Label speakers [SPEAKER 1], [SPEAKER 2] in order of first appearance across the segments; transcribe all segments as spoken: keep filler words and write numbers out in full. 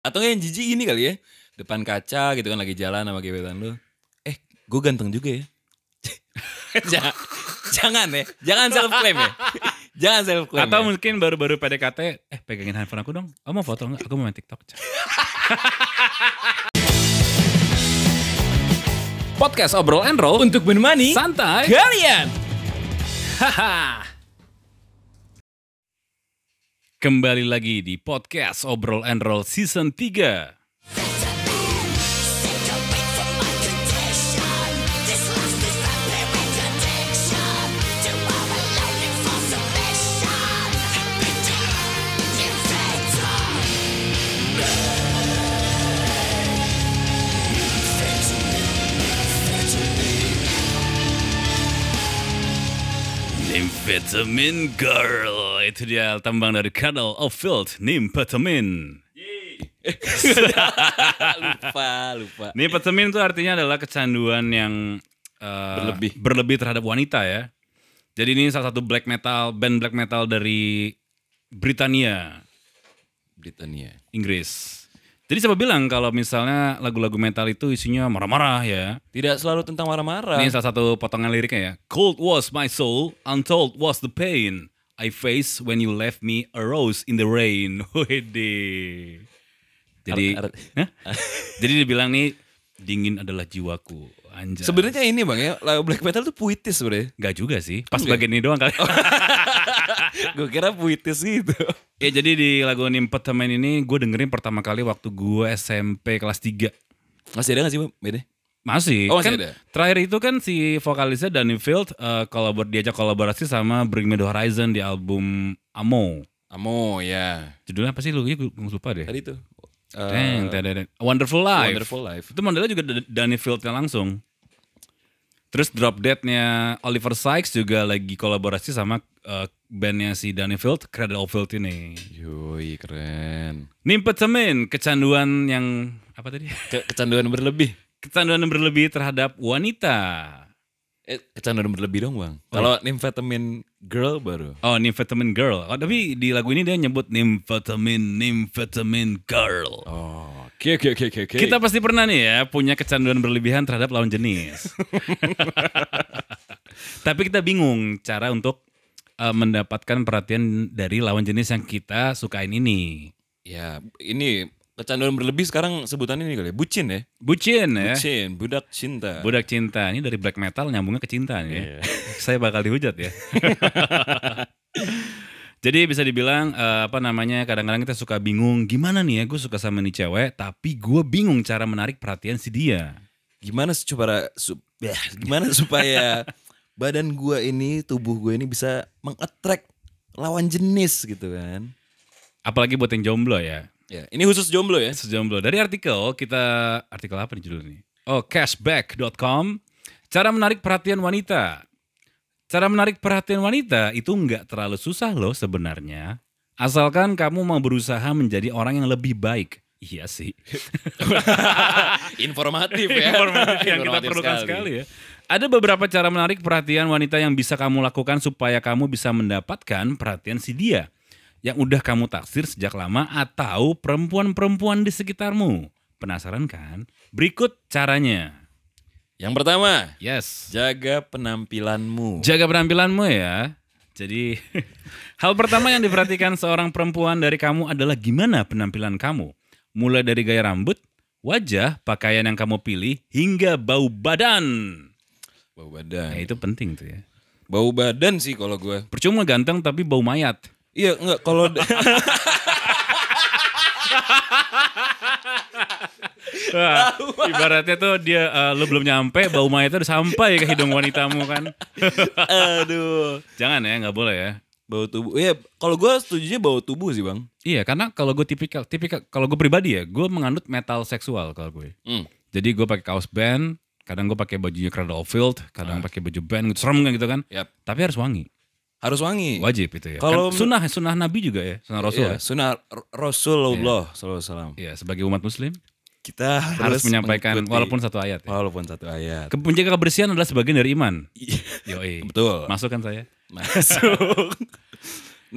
[SPEAKER 1] Atau yang jijik ini kali ya, depan kaca gitu kan lagi jalan sama gebetan lu. Eh, gue ganteng juga ya. jangan, jangan ya, jangan self claim ya. Jangan self claim.
[SPEAKER 2] Atau
[SPEAKER 1] ya.
[SPEAKER 2] mungkin baru-baru P D K T, eh pegangin handphone aku dong. Oh mau foto enggak? Aku mau main TikTok. Podcast Obrol and Roll
[SPEAKER 1] Untuk menemani
[SPEAKER 2] santai
[SPEAKER 1] kalian.
[SPEAKER 2] Haha. Kembali lagi di Podcast Obrol and Roll Season tiga. Nymphetamine Girl, itu dia tembang dari Cuddle of Filth, Nymphetamine.
[SPEAKER 1] lupa, lupa.
[SPEAKER 2] Nymphetamine itu artinya adalah kecanduan yang uh,
[SPEAKER 1] Berlebih.
[SPEAKER 2] berlebih terhadap wanita ya. Jadi ini salah satu black metal, band black metal dari Britania,
[SPEAKER 1] Britania.
[SPEAKER 2] Inggris. Jadi siapa bilang kalau misalnya lagu-lagu metal itu isinya marah-marah ya.
[SPEAKER 1] Tidak selalu tentang marah-marah.
[SPEAKER 2] Ini salah satu potongan liriknya ya. Cold was my soul, untold was the pain I faced when you left me a rose in the rain. Wede. Jadi,
[SPEAKER 1] Art- art-
[SPEAKER 2] Hah? Jadi dia bilang nih, dingin adalah jiwaku. Anjay.
[SPEAKER 1] Sebenarnya ini bang ya, lagu black metal tuh puitis sebenarnya.
[SPEAKER 2] Gak juga sih, pas
[SPEAKER 1] Enggak.
[SPEAKER 2] bagian ini doang kali.
[SPEAKER 1] Gue kira puitis gitu.
[SPEAKER 2] Ya jadi di lagu Nymphetamine ini gue dengerin pertama kali waktu gue S M P kelas tiga.
[SPEAKER 1] Masih ada gak sih bang? Beda?
[SPEAKER 2] Masih,
[SPEAKER 1] Oh, masih
[SPEAKER 2] kan
[SPEAKER 1] ada?
[SPEAKER 2] terakhir itu kan si vokalisnya Danny Field uh, kolabor, diajak kolaborasi sama Bring Me The Horizon di album Amo.
[SPEAKER 1] Amo ya.
[SPEAKER 2] Judulnya apa sih lu? Gue lupa deh.
[SPEAKER 1] Tadi tuh. Uh,
[SPEAKER 2] Deng, deng, deng, deng. Wonderful Life.
[SPEAKER 1] Wonderful Life.
[SPEAKER 2] Itu modelnya juga D- Danny Field-nya langsung. Terus Drop Dead-nya Oliver Sykes juga lagi kolaborasi sama uh, bandnya si Danny Field, Cradle of Filth ini.
[SPEAKER 1] Yoi, keren.
[SPEAKER 2] Nymphetamine, kecanduan yang apa tadi?
[SPEAKER 1] Ke- kecanduan berlebih.
[SPEAKER 2] Kecanduan yang berlebih terhadap wanita.
[SPEAKER 1] Eh, kecanduan berlebih dong bang. Kalau Nymphetamine Girl baru.
[SPEAKER 2] Oh, Nymphetamine Girl. Oh, tapi di lagu ini dia nyebut Nymphetamine, Nymphetamine Girl.
[SPEAKER 1] Oh, oke oke oke oke.
[SPEAKER 2] Kita pasti pernah nih ya punya kecanduan berlebihan terhadap lawan jenis. Tapi kita bingung cara untuk uh, mendapatkan perhatian dari lawan jenis yang kita sukain ini.
[SPEAKER 1] Ya, ini kecanduan berlebih sekarang sebutannya ini kali ya, bucin ya.
[SPEAKER 2] Bucin ya.
[SPEAKER 1] Bucin, budak cinta.
[SPEAKER 2] Budak cinta. Ini dari black metal nyambungnya ke cinta nih.
[SPEAKER 1] Iya.
[SPEAKER 2] Saya bakal dihujat ya. Jadi bisa dibilang uh, apa namanya, kadang-kadang kita suka bingung gimana nih ya, gue suka sama nih cewek tapi gue bingung cara menarik perhatian si dia.
[SPEAKER 1] Gimana supaya su, ya, gimana supaya badan gua ini, tubuh gue ini bisa mengattract lawan jenis gitu kan.
[SPEAKER 2] Apalagi buat yang jomblo ya.
[SPEAKER 1] Ya, ini khusus jomblo ya.
[SPEAKER 2] Sejomblo. Dari artikel kita, artikel apa nih judulnya? Oh, cashback dot com. Cara menarik perhatian wanita. Cara menarik perhatian wanita itu nggak terlalu susah loh sebenarnya. Asalkan kamu mau berusaha menjadi orang yang lebih baik. Iya sih.
[SPEAKER 1] Informatif ya.
[SPEAKER 2] Informatif yang kita
[SPEAKER 1] Informatif
[SPEAKER 2] perlukan sekali. ya. Ada beberapa cara menarik perhatian wanita yang bisa kamu lakukan supaya kamu bisa mendapatkan perhatian si dia yang udah kamu taksir sejak lama atau perempuan-perempuan di sekitarmu. Penasaran kan? Berikut caranya.
[SPEAKER 1] Yang pertama,
[SPEAKER 2] Yes.
[SPEAKER 1] jaga penampilanmu.
[SPEAKER 2] Jaga penampilanmu ya. Jadi hal pertama yang diperhatikan seorang perempuan dari kamu adalah gimana penampilan kamu. Mulai dari gaya rambut, wajah, pakaian yang kamu pilih, hingga bau badan.
[SPEAKER 1] Bau badan.
[SPEAKER 2] Nah, itu penting tuh ya.
[SPEAKER 1] Bau badan sih kalau gue.
[SPEAKER 2] Percuma ganteng tapi bau mayat.
[SPEAKER 1] Iya, enggak kalau
[SPEAKER 2] Wah, ibaratnya tuh dia uh, lu belum nyampe, bau mayatnya udah sampai ke hidung wanitamu kan.
[SPEAKER 1] aduh,
[SPEAKER 2] Jangan ya, nggak boleh ya.
[SPEAKER 1] bau tubuh. Iya, kalau gue setujunya bau tubuh sih, Bang.
[SPEAKER 2] Iya, karena kalau gue tipikal, tipikal kalau gue pribadi ya, gue menganut metal seksual kalau gue.
[SPEAKER 1] Hmm.
[SPEAKER 2] Jadi gue pakai kaos band, kadang gue pakai bajunya Cradle of Filth, kadang pakai baju band gitu, serem kan gitu kan.
[SPEAKER 1] Yap.
[SPEAKER 2] Tapi harus wangi,
[SPEAKER 1] Harus wangi.
[SPEAKER 2] wajib itu ya.
[SPEAKER 1] Kalau
[SPEAKER 2] Kan sunnah, sunnah Nabi juga ya, sunnah Rasul
[SPEAKER 1] Iya,
[SPEAKER 2] ya.
[SPEAKER 1] sunnah R- Rasulullah sallallahu alaihi wasallam.
[SPEAKER 2] Iya, sebagai umat Muslim
[SPEAKER 1] Kita
[SPEAKER 2] harus,
[SPEAKER 1] harus
[SPEAKER 2] menyampaikan
[SPEAKER 1] mengikuti.
[SPEAKER 2] walaupun satu ayat. Ya.
[SPEAKER 1] walaupun satu ayat.
[SPEAKER 2] Ke- Menjaga kebersihan adalah sebagian dari iman.
[SPEAKER 1] Iya,
[SPEAKER 2] Yoi.
[SPEAKER 1] betul.
[SPEAKER 2] Masuk kan saya?
[SPEAKER 1] Masuk. Nah,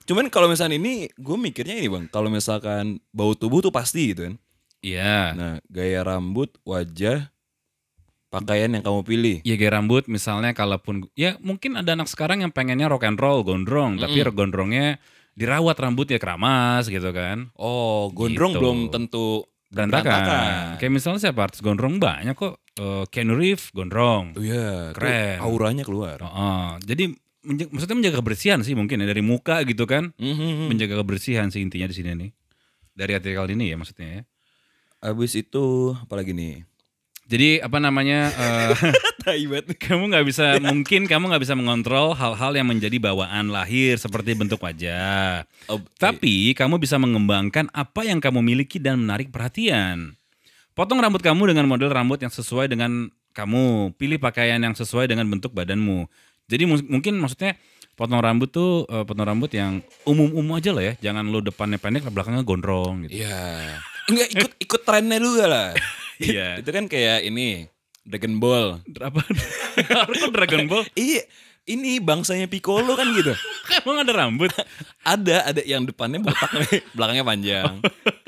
[SPEAKER 1] Cuman kalau misalnya ini gue mikirnya ini bang, kalau misalkan bau tubuh tuh pasti gitu kan.
[SPEAKER 2] Iya.
[SPEAKER 1] Nah gaya rambut, wajah, pakaian yang kamu pilih.
[SPEAKER 2] Ya gaya rambut misalnya kalaupun ya mungkin ada anak sekarang yang pengennya rock and roll, gondrong, tapi gondrongnya dirawat rambutnya keramas gitu kan.
[SPEAKER 1] Oh gondrong
[SPEAKER 2] Gitu.
[SPEAKER 1] belum tentu
[SPEAKER 2] Berantakan. Kayak misalnya siapa artis gondrong banyak kok. Eh, Keanu Reeves gondrong.
[SPEAKER 1] Oh iya, tuh
[SPEAKER 2] Keren.
[SPEAKER 1] auranya keluar.
[SPEAKER 2] Oh, jadi menja- maksudnya menjaga kebersihan sih mungkin ya dari muka gitu kan.
[SPEAKER 1] Mhm.
[SPEAKER 2] Menjaga kebersihan sih intinya di sini nih. Dari artikel ini ya maksudnya ya.
[SPEAKER 1] Abis itu apalagi nih?
[SPEAKER 2] Jadi apa namanya eh,
[SPEAKER 1] Tai banget.
[SPEAKER 2] kamu nggak bisa mungkin kamu nggak bisa mengontrol hal-hal yang menjadi bawaan lahir seperti bentuk wajah.
[SPEAKER 1] Oh,
[SPEAKER 2] Tapi kamu bisa mengembangkan apa yang kamu miliki dan menarik perhatian. Potong rambut kamu dengan model rambut yang sesuai dengan kamu. Pilih pakaian yang sesuai dengan bentuk badanmu. Jadi mu- mungkin maksudnya potong rambut tuh eh, potong rambut yang umum-umum aja lah ya. Jangan lo depannya pendek, belakangnya gondrong gitu.
[SPEAKER 1] Iya. Enggak ikut ikut trennya juga lah.
[SPEAKER 2] Iya.
[SPEAKER 1] Itu kan kayak ini Dragon Ball.
[SPEAKER 2] Apa? Kok Dragon Ball?
[SPEAKER 1] Iya, ini bangsanya Piccolo kan gitu.
[SPEAKER 2] Emang ada rambut?
[SPEAKER 1] Ada ada yang depannya botak nih, belakangnya panjang.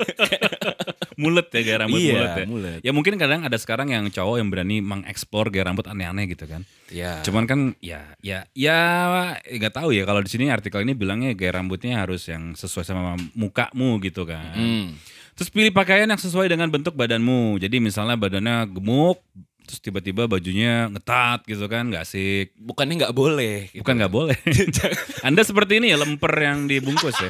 [SPEAKER 2] Mulet ya gaya rambut
[SPEAKER 1] Iya,
[SPEAKER 2] mulet ya.
[SPEAKER 1] mulet.
[SPEAKER 2] Ya mungkin kadang ada sekarang yang cowok yang berani mengeksplor gaya rambut aneh-aneh gitu kan.
[SPEAKER 1] Iya.
[SPEAKER 2] Cuman kan ya ya ya nggak tahu ya kalau di sini artikel ini bilangnya gaya rambutnya harus yang sesuai sama mukamu gitu kan.
[SPEAKER 1] Hmm.
[SPEAKER 2] Terus pilih pakaian yang sesuai dengan bentuk badanmu. Jadi misalnya badannya gemuk, terus tiba-tiba bajunya ngetat gitu kan, nggak asik.
[SPEAKER 1] Bukannya nggak boleh. Gitu.
[SPEAKER 2] Bukan nggak boleh. Anda seperti ini ya lemper yang dibungkus ya.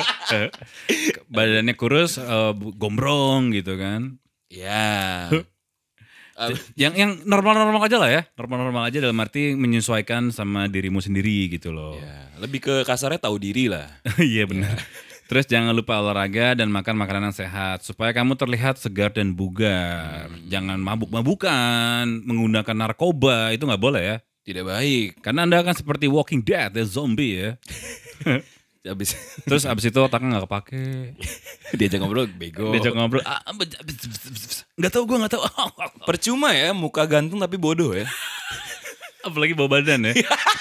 [SPEAKER 2] Badannya kurus, eh, bu- gombrong gitu kan.
[SPEAKER 1] Ya. Uh,
[SPEAKER 2] Yang yang normal-normal aja lah ya. Normal-normal aja dalam arti menyesuaikan sama dirimu sendiri gitu loh.
[SPEAKER 1] ya, lebih ke kasarnya tahu diri lah.
[SPEAKER 2] Iya benar. Terus jangan lupa olahraga dan makan makanan yang sehat supaya kamu terlihat segar dan bugar. Jangan mabuk-mabukan, menggunakan narkoba itu nggak boleh ya.
[SPEAKER 1] Tidak baik.
[SPEAKER 2] Karena Anda akan seperti Walking Dead ya zombie ya.
[SPEAKER 1] Habis
[SPEAKER 2] Terus abis itu otaknya nggak kepake.
[SPEAKER 1] diajak ngobrol bego.
[SPEAKER 2] Diajak ngobrol, ah, nggak tahu gue nggak tahu.
[SPEAKER 1] Percuma ya, muka ganteng tapi bodoh ya.
[SPEAKER 2] Apalagi bawa badan ya.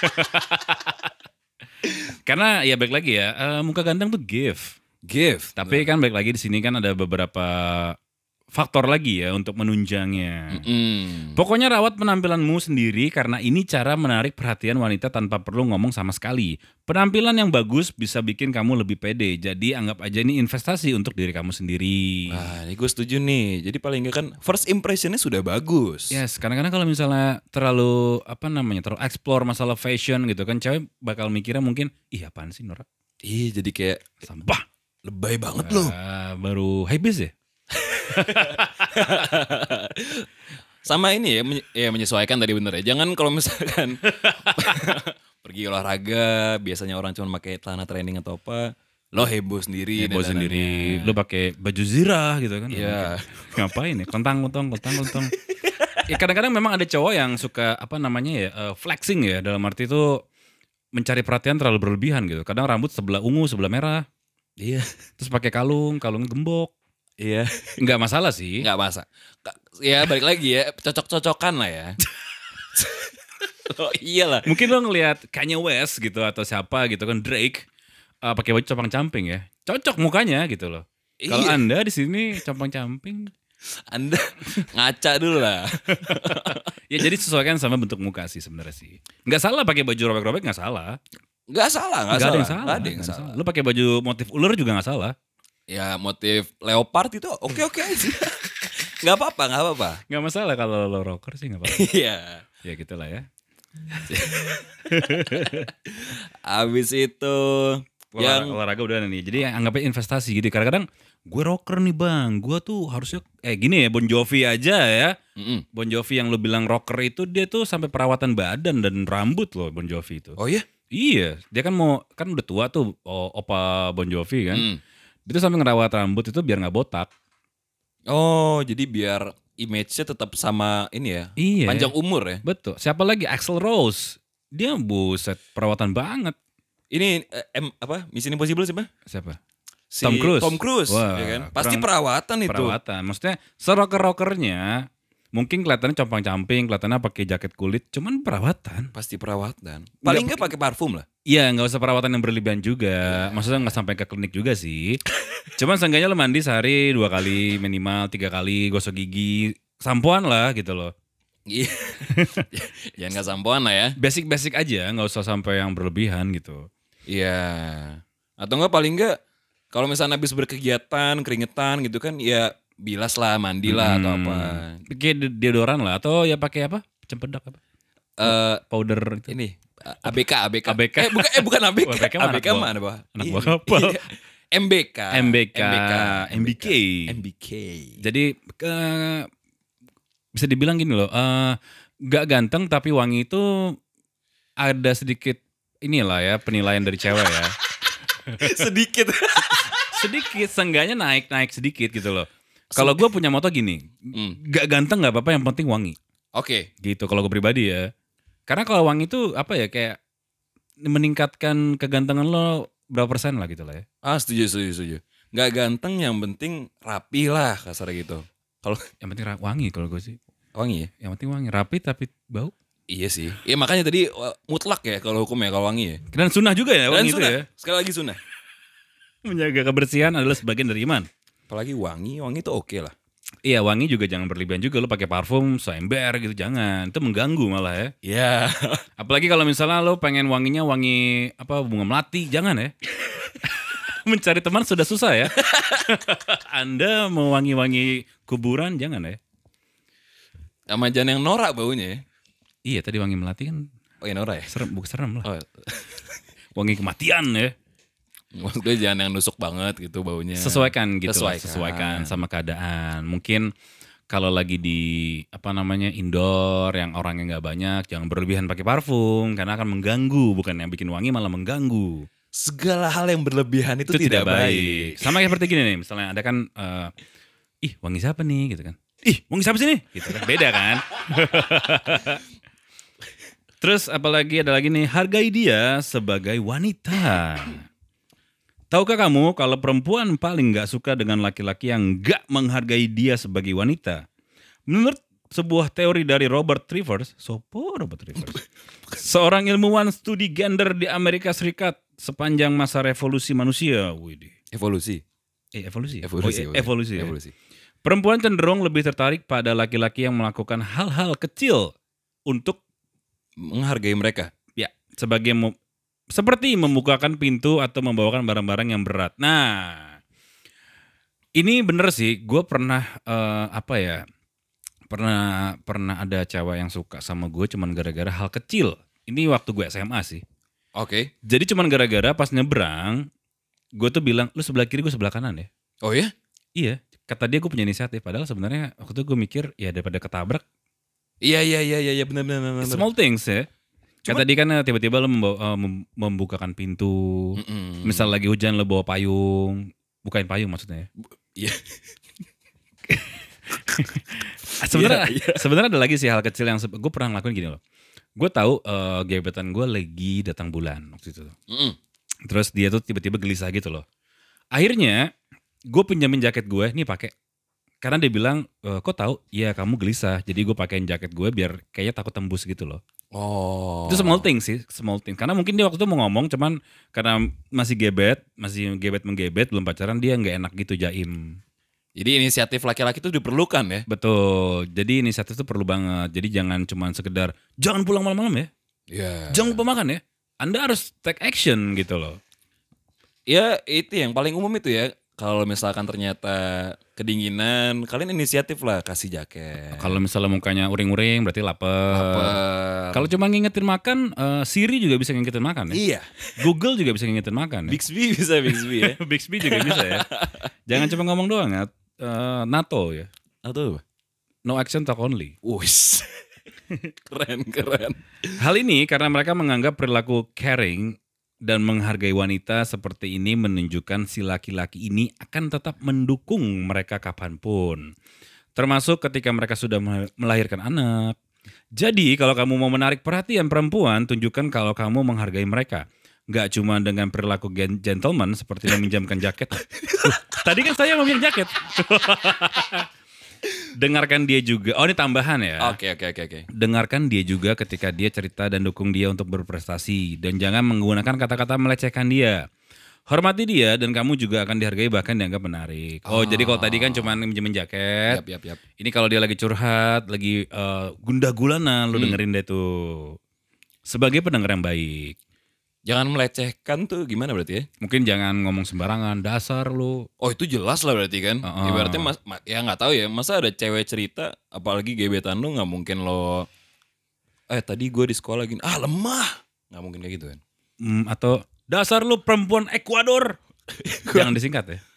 [SPEAKER 2] Karena ya balik lagi ya, eh, muka ganteng tuh gift.
[SPEAKER 1] Gift.
[SPEAKER 2] Tapi kan balik lagi di sini kan ada beberapa faktor lagi ya untuk menunjangnya.
[SPEAKER 1] Hmm.
[SPEAKER 2] Pokoknya rawat penampilanmu sendiri karena ini cara menarik perhatian wanita tanpa perlu ngomong sama sekali. Penampilan yang bagus bisa bikin kamu lebih pede. Jadi anggap aja ini investasi untuk diri kamu sendiri.
[SPEAKER 1] Wah, ini gue setuju nih. Jadi paling nggak kan first impressionnya sudah bagus.
[SPEAKER 2] Yes, kadang-kadang kalau misalnya terlalu apa namanya terlalu explore masalah fashion gitu kan, cewek bakal mikirnya mungkin, ih apaan sih Nora?
[SPEAKER 1] Iya, jadi kayak
[SPEAKER 2] Sampah.
[SPEAKER 1] lebay banget loh.
[SPEAKER 2] Ah, baru habis ya?
[SPEAKER 1] Sama ini ya, menye- ya menyesuaikan tadi bener ya. Jangan kalau misalkan pergi olahraga, biasanya orang cuma pakai celana training atau apa, lo heboh sendiri.
[SPEAKER 2] Heboh
[SPEAKER 1] dandanannya.
[SPEAKER 2] sendiri, lu pakai baju zirah gitu kan?
[SPEAKER 1] Iya.
[SPEAKER 2] Ngapain ya? Kontang kontong, kontang kontong. Ya kadang-kadang memang ada cowok yang suka apa namanya ya eh, flexing ya dalam arti itu mencari perhatian terlalu berlebihan gitu. Kadang rambut sebelah ungu, sebelah merah,
[SPEAKER 1] Iya.
[SPEAKER 2] terus pakai kalung, kalungnya gembok.
[SPEAKER 1] Iya.
[SPEAKER 2] Nggak masalah sih.
[SPEAKER 1] Nggak masa. Ka- Ya balik lagi ya, cocok-cocokan lah ya. Oh iyalah.
[SPEAKER 2] Mungkin lo ngelihat Kanye West gitu atau siapa gitu kan Drake eh, pakai baju compang-camping ya. Cocok mukanya gitu loh. Kalau
[SPEAKER 1] Iya.
[SPEAKER 2] Anda di sini compang-camping,
[SPEAKER 1] Anda ngaca dulu lah.
[SPEAKER 2] ya jadi sesuaikan sama bentuk muka sih sebenarnya sih. Nggak salah pakai baju robek-robek nggak salah.
[SPEAKER 1] Nggak salah, nggak
[SPEAKER 2] Nggak
[SPEAKER 1] salah.
[SPEAKER 2] ada yang salah.
[SPEAKER 1] Nggak ada yang
[SPEAKER 2] nggak
[SPEAKER 1] salah.
[SPEAKER 2] Lu pakai baju motif ular juga nggak salah.
[SPEAKER 1] Ya motif leopard itu oke-oke aja. Nggak apa-apa, nggak apa-apa.
[SPEAKER 2] Nggak masalah kalau lo rocker sih nggak apa-apa.
[SPEAKER 1] Iya.
[SPEAKER 2] Ya gitulah ya.
[SPEAKER 1] Abis itu
[SPEAKER 2] Olah-
[SPEAKER 1] yang
[SPEAKER 2] olahraga udah nih. Jadi anggapnya investasi gitu. Kadang-kadang gue rocker nih bang. Gue tuh harusnya eh gini ya Bon Jovi aja ya.
[SPEAKER 1] Mm-mm.
[SPEAKER 2] Bon Jovi yang lo bilang rocker itu dia tuh sampai perawatan badan dan rambut loh Bon Jovi itu.
[SPEAKER 1] Oh iya?
[SPEAKER 2] Iya, dia kan mau kan udah tua tuh o- opa Bon Jovi kan.
[SPEAKER 1] Mm.
[SPEAKER 2] Dia tuh sampai ngerawat rambut itu biar nggak botak.
[SPEAKER 1] Oh, jadi biar image-nya tetap sama ini ya.
[SPEAKER 2] Iya.
[SPEAKER 1] Panjang umur ya.
[SPEAKER 2] Betul. Siapa lagi? Axl Rose. Dia buset perawatan banget.
[SPEAKER 1] Ini eh, M apa? Mission Impossible siapa?
[SPEAKER 2] Siapa?
[SPEAKER 1] Si
[SPEAKER 2] Tom Cruise.
[SPEAKER 1] Tom Cruise,
[SPEAKER 2] Wah,
[SPEAKER 1] ya kan? Pasti
[SPEAKER 2] kurang-
[SPEAKER 1] perawatan itu.
[SPEAKER 2] Perawatan. Maksudnya serocker-rockernya Mungkin kelihatannya compang-camping, kelihatannya pakai jaket kulit, cuman perawatan.
[SPEAKER 1] Pasti perawatan. Paling nggak pakai parfum lah.
[SPEAKER 2] Iya, nggak usah perawatan yang berlebihan juga. Maksudnya nggak sampai ke klinik juga sih. Cuman seenggaknya lo mandi sehari dua kali minimal, tiga kali gosok gigi, sampoan lah gitu loh.
[SPEAKER 1] Iya. Jangan nggak sampoan lah ya.
[SPEAKER 2] Basic-basic aja, nggak usah sampai yang berlebihan gitu.
[SPEAKER 1] Iya. Atau nggak paling nggak kalau misalnya habis berkegiatan, keringetan gitu kan, ya bilas lah, mandi lah atau apa.
[SPEAKER 2] Pakai de- deodoran lah atau ya pakai apa? Cempedak apa?
[SPEAKER 1] Eh
[SPEAKER 2] Powder itu.
[SPEAKER 1] ini A B K, A B K.
[SPEAKER 2] A B K.
[SPEAKER 1] Eh bukan eh bukan A B K.
[SPEAKER 2] A B K mah
[SPEAKER 1] A B K
[SPEAKER 2] anak
[SPEAKER 1] mana, Pak?
[SPEAKER 2] anak
[SPEAKER 1] Ini.
[SPEAKER 2] buah kapal.
[SPEAKER 1] Iya. M B K.
[SPEAKER 2] M B K. M B K.
[SPEAKER 1] M B K.
[SPEAKER 2] Jadi ke, bisa dibilang gini loh, eh, gak ganteng tapi wangi itu ada sedikit inilah ya penilaian dari cewek ya.
[SPEAKER 1] Sedikit.
[SPEAKER 2] Sedikit, seenggaknya naik-naik sedikit gitu loh. Kalau gue punya moto gini,
[SPEAKER 1] Hmm.
[SPEAKER 2] gak ganteng gak apa-apa yang penting wangi.
[SPEAKER 1] Oke.
[SPEAKER 2] Gitu kalau gue pribadi ya. Karena kalau wangi itu apa ya kayak meningkatkan kegantengan lo berapa persen lah gitu lah ya.
[SPEAKER 1] Ah setuju, setuju, setuju. Gak ganteng yang penting rapi lah kasar gitu. Kalau
[SPEAKER 2] Yang penting ra- wangi kalau gue sih.
[SPEAKER 1] wangi ya?
[SPEAKER 2] Yang penting wangi, rapi tapi bau.
[SPEAKER 1] Iya sih. Iya makanya tadi uh, mutlak ya kalau hukum ya kalau wangi ya.
[SPEAKER 2] Dan sunnah juga ya
[SPEAKER 1] Dan
[SPEAKER 2] wangi itu
[SPEAKER 1] sunnah.
[SPEAKER 2] ya.
[SPEAKER 1] Sekali lagi sunnah.
[SPEAKER 2] Menjaga kebersihan adalah sebagian dari iman.
[SPEAKER 1] Apalagi wangi, wangi itu oke lah.
[SPEAKER 2] Iya wangi juga jangan berlebihan juga. Lo pakai parfum, seember gitu jangan. Itu mengganggu malah ya.
[SPEAKER 1] Iya.
[SPEAKER 2] Apalagi kalau misalnya lo pengen wanginya wangi apa bunga melati, jangan ya. Mencari teman sudah susah ya. Anda mau wangi-wangi kuburan jangan ya.
[SPEAKER 1] Sama jangan yang norak baunya ya.
[SPEAKER 2] Iya tadi wangi melati kan
[SPEAKER 1] Oh ya norak ya?
[SPEAKER 2] serem, bukan serem lah.
[SPEAKER 1] Oh,
[SPEAKER 2] Wangi kematian ya.
[SPEAKER 1] maksudnya jangan yang nusuk banget gitu baunya.
[SPEAKER 2] Sesuaikan gitu lah,
[SPEAKER 1] Sesuaikan.
[SPEAKER 2] sesuaikan sama keadaan. Mungkin kalau lagi di apa namanya indoor yang orangnya nggak banyak, jangan berlebihan pakai parfum karena akan mengganggu, bukan yang bikin wangi malah mengganggu.
[SPEAKER 1] Segala hal yang berlebihan itu,
[SPEAKER 2] Itu
[SPEAKER 1] tidak, baik.
[SPEAKER 2] Sama kayak seperti gini nih, misalnya ada kan, eh, ih wangi siapa nih gitu kan? Ih wangi siapa sih nih? Gitu kan, beda kan? Terus apalagi ada lagi nih, hargai dia sebagai wanita. Tahukah kamu kalau perempuan paling gak suka dengan laki-laki yang gak menghargai dia sebagai wanita? Menurut sebuah teori dari Robert Trivers, sopo Robert Trivers? Seorang ilmuwan studi gender di Amerika Serikat sepanjang masa revolusi manusia. Widih.
[SPEAKER 1] Evolusi.
[SPEAKER 2] Eh evolusi?
[SPEAKER 1] Evolusi.
[SPEAKER 2] Oh, eh, evolusi. ya?
[SPEAKER 1] Evolusi.
[SPEAKER 2] Perempuan cenderung lebih tertarik pada laki-laki yang melakukan hal-hal kecil untuk
[SPEAKER 1] Menghargai mereka.
[SPEAKER 2] ya sebagai mu- seperti membukakan pintu atau membawakan barang-barang yang berat. Nah, ini bener sih. Gue pernah eh, apa ya? Pernah pernah ada cewek yang suka sama gue cuman gara-gara hal kecil. Ini waktu gue S M A sih.
[SPEAKER 1] Oke.
[SPEAKER 2] Jadi cuman gara-gara pas nyebrang, gue tuh bilang, lu sebelah kiri gue sebelah kanan ya.
[SPEAKER 1] Oh ya?
[SPEAKER 2] Iya, kata dia gue punya inisiatif. Padahal sebenarnya waktu itu gue mikir ya daripada ketabrak,
[SPEAKER 1] Iya iya iya iya benar benar benar. benar.
[SPEAKER 2] small things ya. Kata dia kan tiba-tiba lo membawa- eh, mem- membukakan pintu.
[SPEAKER 1] Mm-mm.
[SPEAKER 2] Misal lagi hujan lo bawa payung, bukain payung maksudnya.
[SPEAKER 1] Iya.
[SPEAKER 2] Sebenarnya
[SPEAKER 1] Iya, iya.
[SPEAKER 2] sebenarnya ada lagi sih hal kecil yang gue pernah ngelakuin gini loh. Gue tahu eh, gebetan gue lagi datang bulan waktu itu.
[SPEAKER 1] Mm-mm.
[SPEAKER 2] Terus dia tuh tiba-tiba gelisah gitu loh. Akhirnya gue pinjamin jaket gue, nih pakai. Karena dia bilang, e, kok tahu? Iya kamu gelisah. Jadi gue pakein jaket gue biar kayaknya takut tembus gitu loh.
[SPEAKER 1] Oh.
[SPEAKER 2] Itu small thing sih, small thing. Karena mungkin dia waktu itu mau ngomong, cuman karena masih gebet, masih gebet menggebet, belum pacaran, dia nggak enak gitu jaim.
[SPEAKER 1] Jadi inisiatif laki-laki itu diperlukan ya.
[SPEAKER 2] Betul. Jadi inisiatif itu perlu banget. Jadi jangan cuman sekedar jangan pulang malam-malam ya.
[SPEAKER 1] Iya.
[SPEAKER 2] Jangan lupa makan ya. Anda harus take action gitu loh.
[SPEAKER 1] Ya itu yang paling umum itu ya. Kalau misalkan ternyata kedinginan, kalian inisiatif lah kasih jaket.
[SPEAKER 2] Kalau misalnya mukanya uring-uring berarti lapar.
[SPEAKER 1] Lapar.
[SPEAKER 2] Kalau cuma ngingetin makan, eh, Siri juga bisa ngingetin makan ya.
[SPEAKER 1] Iya.
[SPEAKER 2] Google juga bisa ngingetin makan ya.
[SPEAKER 1] Bixby bisa Bixby ya.
[SPEAKER 2] Bixby juga bisa ya. Jangan cuma ngomong doang ya. Eh, NATO ya.
[SPEAKER 1] Atau apa?
[SPEAKER 2] No action talk only.
[SPEAKER 1] Wis. Keren keren.
[SPEAKER 2] Hal ini karena mereka menganggap perilaku caring dan menghargai wanita seperti ini menunjukkan si laki-laki ini akan tetap mendukung mereka kapanpun. Termasuk ketika mereka sudah melahirkan anak. Jadi kalau kamu mau menarik perhatian perempuan, tunjukkan kalau kamu menghargai mereka. Gak cuma dengan perilaku gen- gentleman seperti meminjamkan jaket. Loh, tadi kan saya meminjam jaket. Dengarkan dia juga. Oh, ini tambahan ya.
[SPEAKER 1] Oke oke oke oke.
[SPEAKER 2] Dengarkan dia juga ketika dia cerita dan dukung dia untuk berprestasi. Dan jangan menggunakan kata-kata melecehkan dia. Hormati dia dan kamu juga akan dihargai bahkan dianggap menarik. Oh,
[SPEAKER 1] Oh.
[SPEAKER 2] jadi kalau tadi kan cuma minjemin jaket.
[SPEAKER 1] Yap yap yap.
[SPEAKER 2] Ini kalau dia lagi curhat, lagi eh, gundah gulana, lu
[SPEAKER 1] Hmm.
[SPEAKER 2] dengerin deh tuh. Sebagai pendengar yang baik.
[SPEAKER 1] Jangan melecehkan tuh gimana berarti ya?
[SPEAKER 2] Mungkin jangan ngomong sembarangan, dasar lu.
[SPEAKER 1] Oh itu jelas lah berarti kan.
[SPEAKER 2] Uh-uh.
[SPEAKER 1] Ibaratnya mas, ma- ya nggak tahu ya. Masa ada cewek cerita, apalagi gebetan lu nggak mungkin lo. Eh tadi gue di sekolah gini, ah lemah. Nggak mungkin kayak gitu kan.
[SPEAKER 2] Hmm, atau dasar lu perempuan Ekuador. Jangan disingkat ya.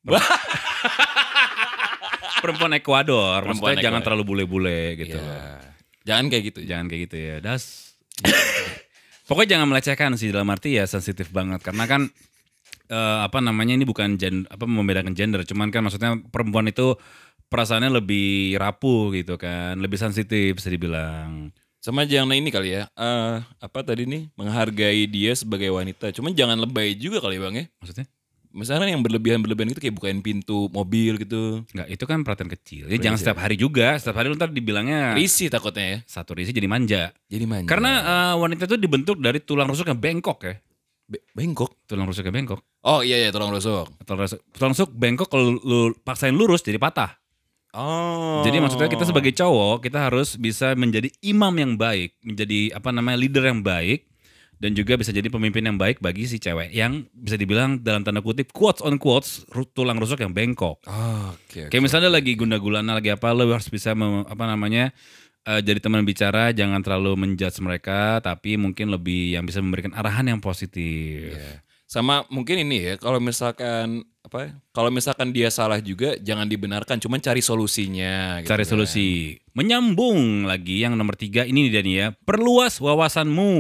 [SPEAKER 2] Perempuan Ekuador.
[SPEAKER 1] Perempuan
[SPEAKER 2] Maksudnya jangan
[SPEAKER 1] Ekuador.
[SPEAKER 2] terlalu bule-bule gitu.
[SPEAKER 1] Iya. Jangan kayak gitu.
[SPEAKER 2] Jangan kayak gitu ya. Das. Pokoknya jangan melecehkan sih, dalam arti ya sensitif banget karena kan eh, apa namanya ini bukan gen, apa membedakan gender, cuman kan maksudnya perempuan itu perasaannya lebih rapuh gitu kan, lebih sensitif bisa dibilang.
[SPEAKER 1] Sama jangan ini kali ya. eh apa tadi nih? Menghargai dia sebagai wanita. Cuman jangan lebay juga kali bang ya.
[SPEAKER 2] Maksudnya?
[SPEAKER 1] Misalnya yang berlebihan-berlebihan itu kayak bukain pintu mobil gitu.
[SPEAKER 2] Enggak, itu kan perhatian kecil. Ya,
[SPEAKER 1] Perhatian
[SPEAKER 2] jangan
[SPEAKER 1] kecil.
[SPEAKER 2] setiap hari juga. Setiap hari lu ntar dibilangnya
[SPEAKER 1] Risih takutnya ya.
[SPEAKER 2] satu risih jadi manja.
[SPEAKER 1] Jadi manja.
[SPEAKER 2] Karena eh, wanita itu dibentuk dari tulang rusuk yang bengkok ya.
[SPEAKER 1] Be- bengkok.
[SPEAKER 2] Tulang rusuk yang bengkok.
[SPEAKER 1] Oh iya iya tulang rusuk.
[SPEAKER 2] Tulang rusuk, tulang rusuk bengkok kalau lu paksain lurus jadi patah.
[SPEAKER 1] Oh.
[SPEAKER 2] Jadi maksudnya kita sebagai cowok kita harus bisa menjadi imam yang baik, menjadi apa namanya leader yang baik, dan juga bisa jadi pemimpin yang baik bagi si cewek yang bisa dibilang dalam tanda kutip quotes on quotes ru- tulang rusuk yang bengkok.
[SPEAKER 1] Oh, oke.
[SPEAKER 2] Kayak misalnya lagi gunda gulana lagi apa, lo harus bisa mem- apa namanya eh, jadi teman bicara, jangan terlalu menjudge mereka, tapi mungkin lebih yang bisa memberikan arahan yang positif.
[SPEAKER 1] Iya. Sama mungkin ini ya, kalau misalkan apa? ya, Kalau misalkan dia salah juga jangan dibenarkan, cuman cari solusinya. Gitu
[SPEAKER 2] Cari
[SPEAKER 1] kan.
[SPEAKER 2] solusi. Menyambung lagi yang nomor tiga ini nih Dani ya, perluas wawasanmu.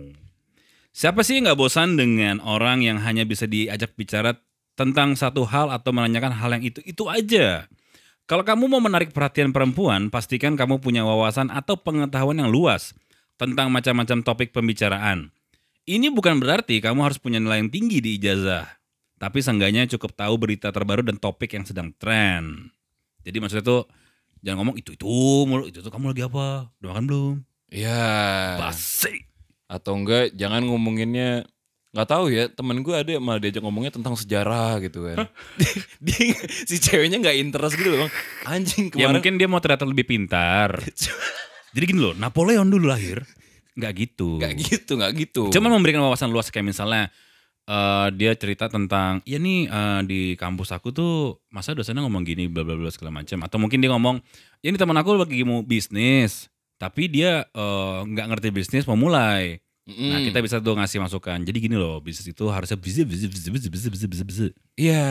[SPEAKER 2] Siapa sih yang nggak bosan dengan orang yang hanya bisa diajak bicara tentang satu hal atau menanyakan hal yang itu-itu aja? Kalau kamu mau menarik perhatian perempuan, pastikan kamu punya wawasan atau pengetahuan yang luas tentang macam-macam topik pembicaraan. Ini bukan berarti kamu harus punya nilai yang tinggi di ijazah, tapi seenggaknya cukup tahu berita terbaru dan topik yang sedang tren. Jadi maksudnya tuh jangan ngomong itu-itu mulu, itu-itu kamu lagi apa? Udah makan belum?
[SPEAKER 1] Iya.
[SPEAKER 2] Basi.
[SPEAKER 1] Atau enggak jangan ngomonginnya nggak tahu ya, temen gue ada yang malah diajak ngomongnya tentang sejarah gitu kan. Dia si ceweknya nggak interest gitu loh bang. Anjing
[SPEAKER 2] Ya
[SPEAKER 1] kemarin.
[SPEAKER 2] mungkin dia mau ternyata lebih pintar. Jadi gini loh, Napoleon dulu lahir nggak gitu.
[SPEAKER 1] Nggak gitu, nggak gitu.
[SPEAKER 2] Cuman memberikan wawasan luas kayak misalnya eh, dia cerita tentang, ya nih eh, di kampus aku tuh masa dosennya ngomong gini bla bla bla segala macam. Atau mungkin dia ngomong, ya ini teman aku lagi mau bisnis, tapi dia eh, nggak ngerti bisnis mau mulai.
[SPEAKER 1] Mm.
[SPEAKER 2] Nah kita bisa tuh ngasih masukan. Jadi gini loh, bisnis itu harusnya bisa bisa bisa bisa bisa bisa bisa bisa.
[SPEAKER 1] Iya.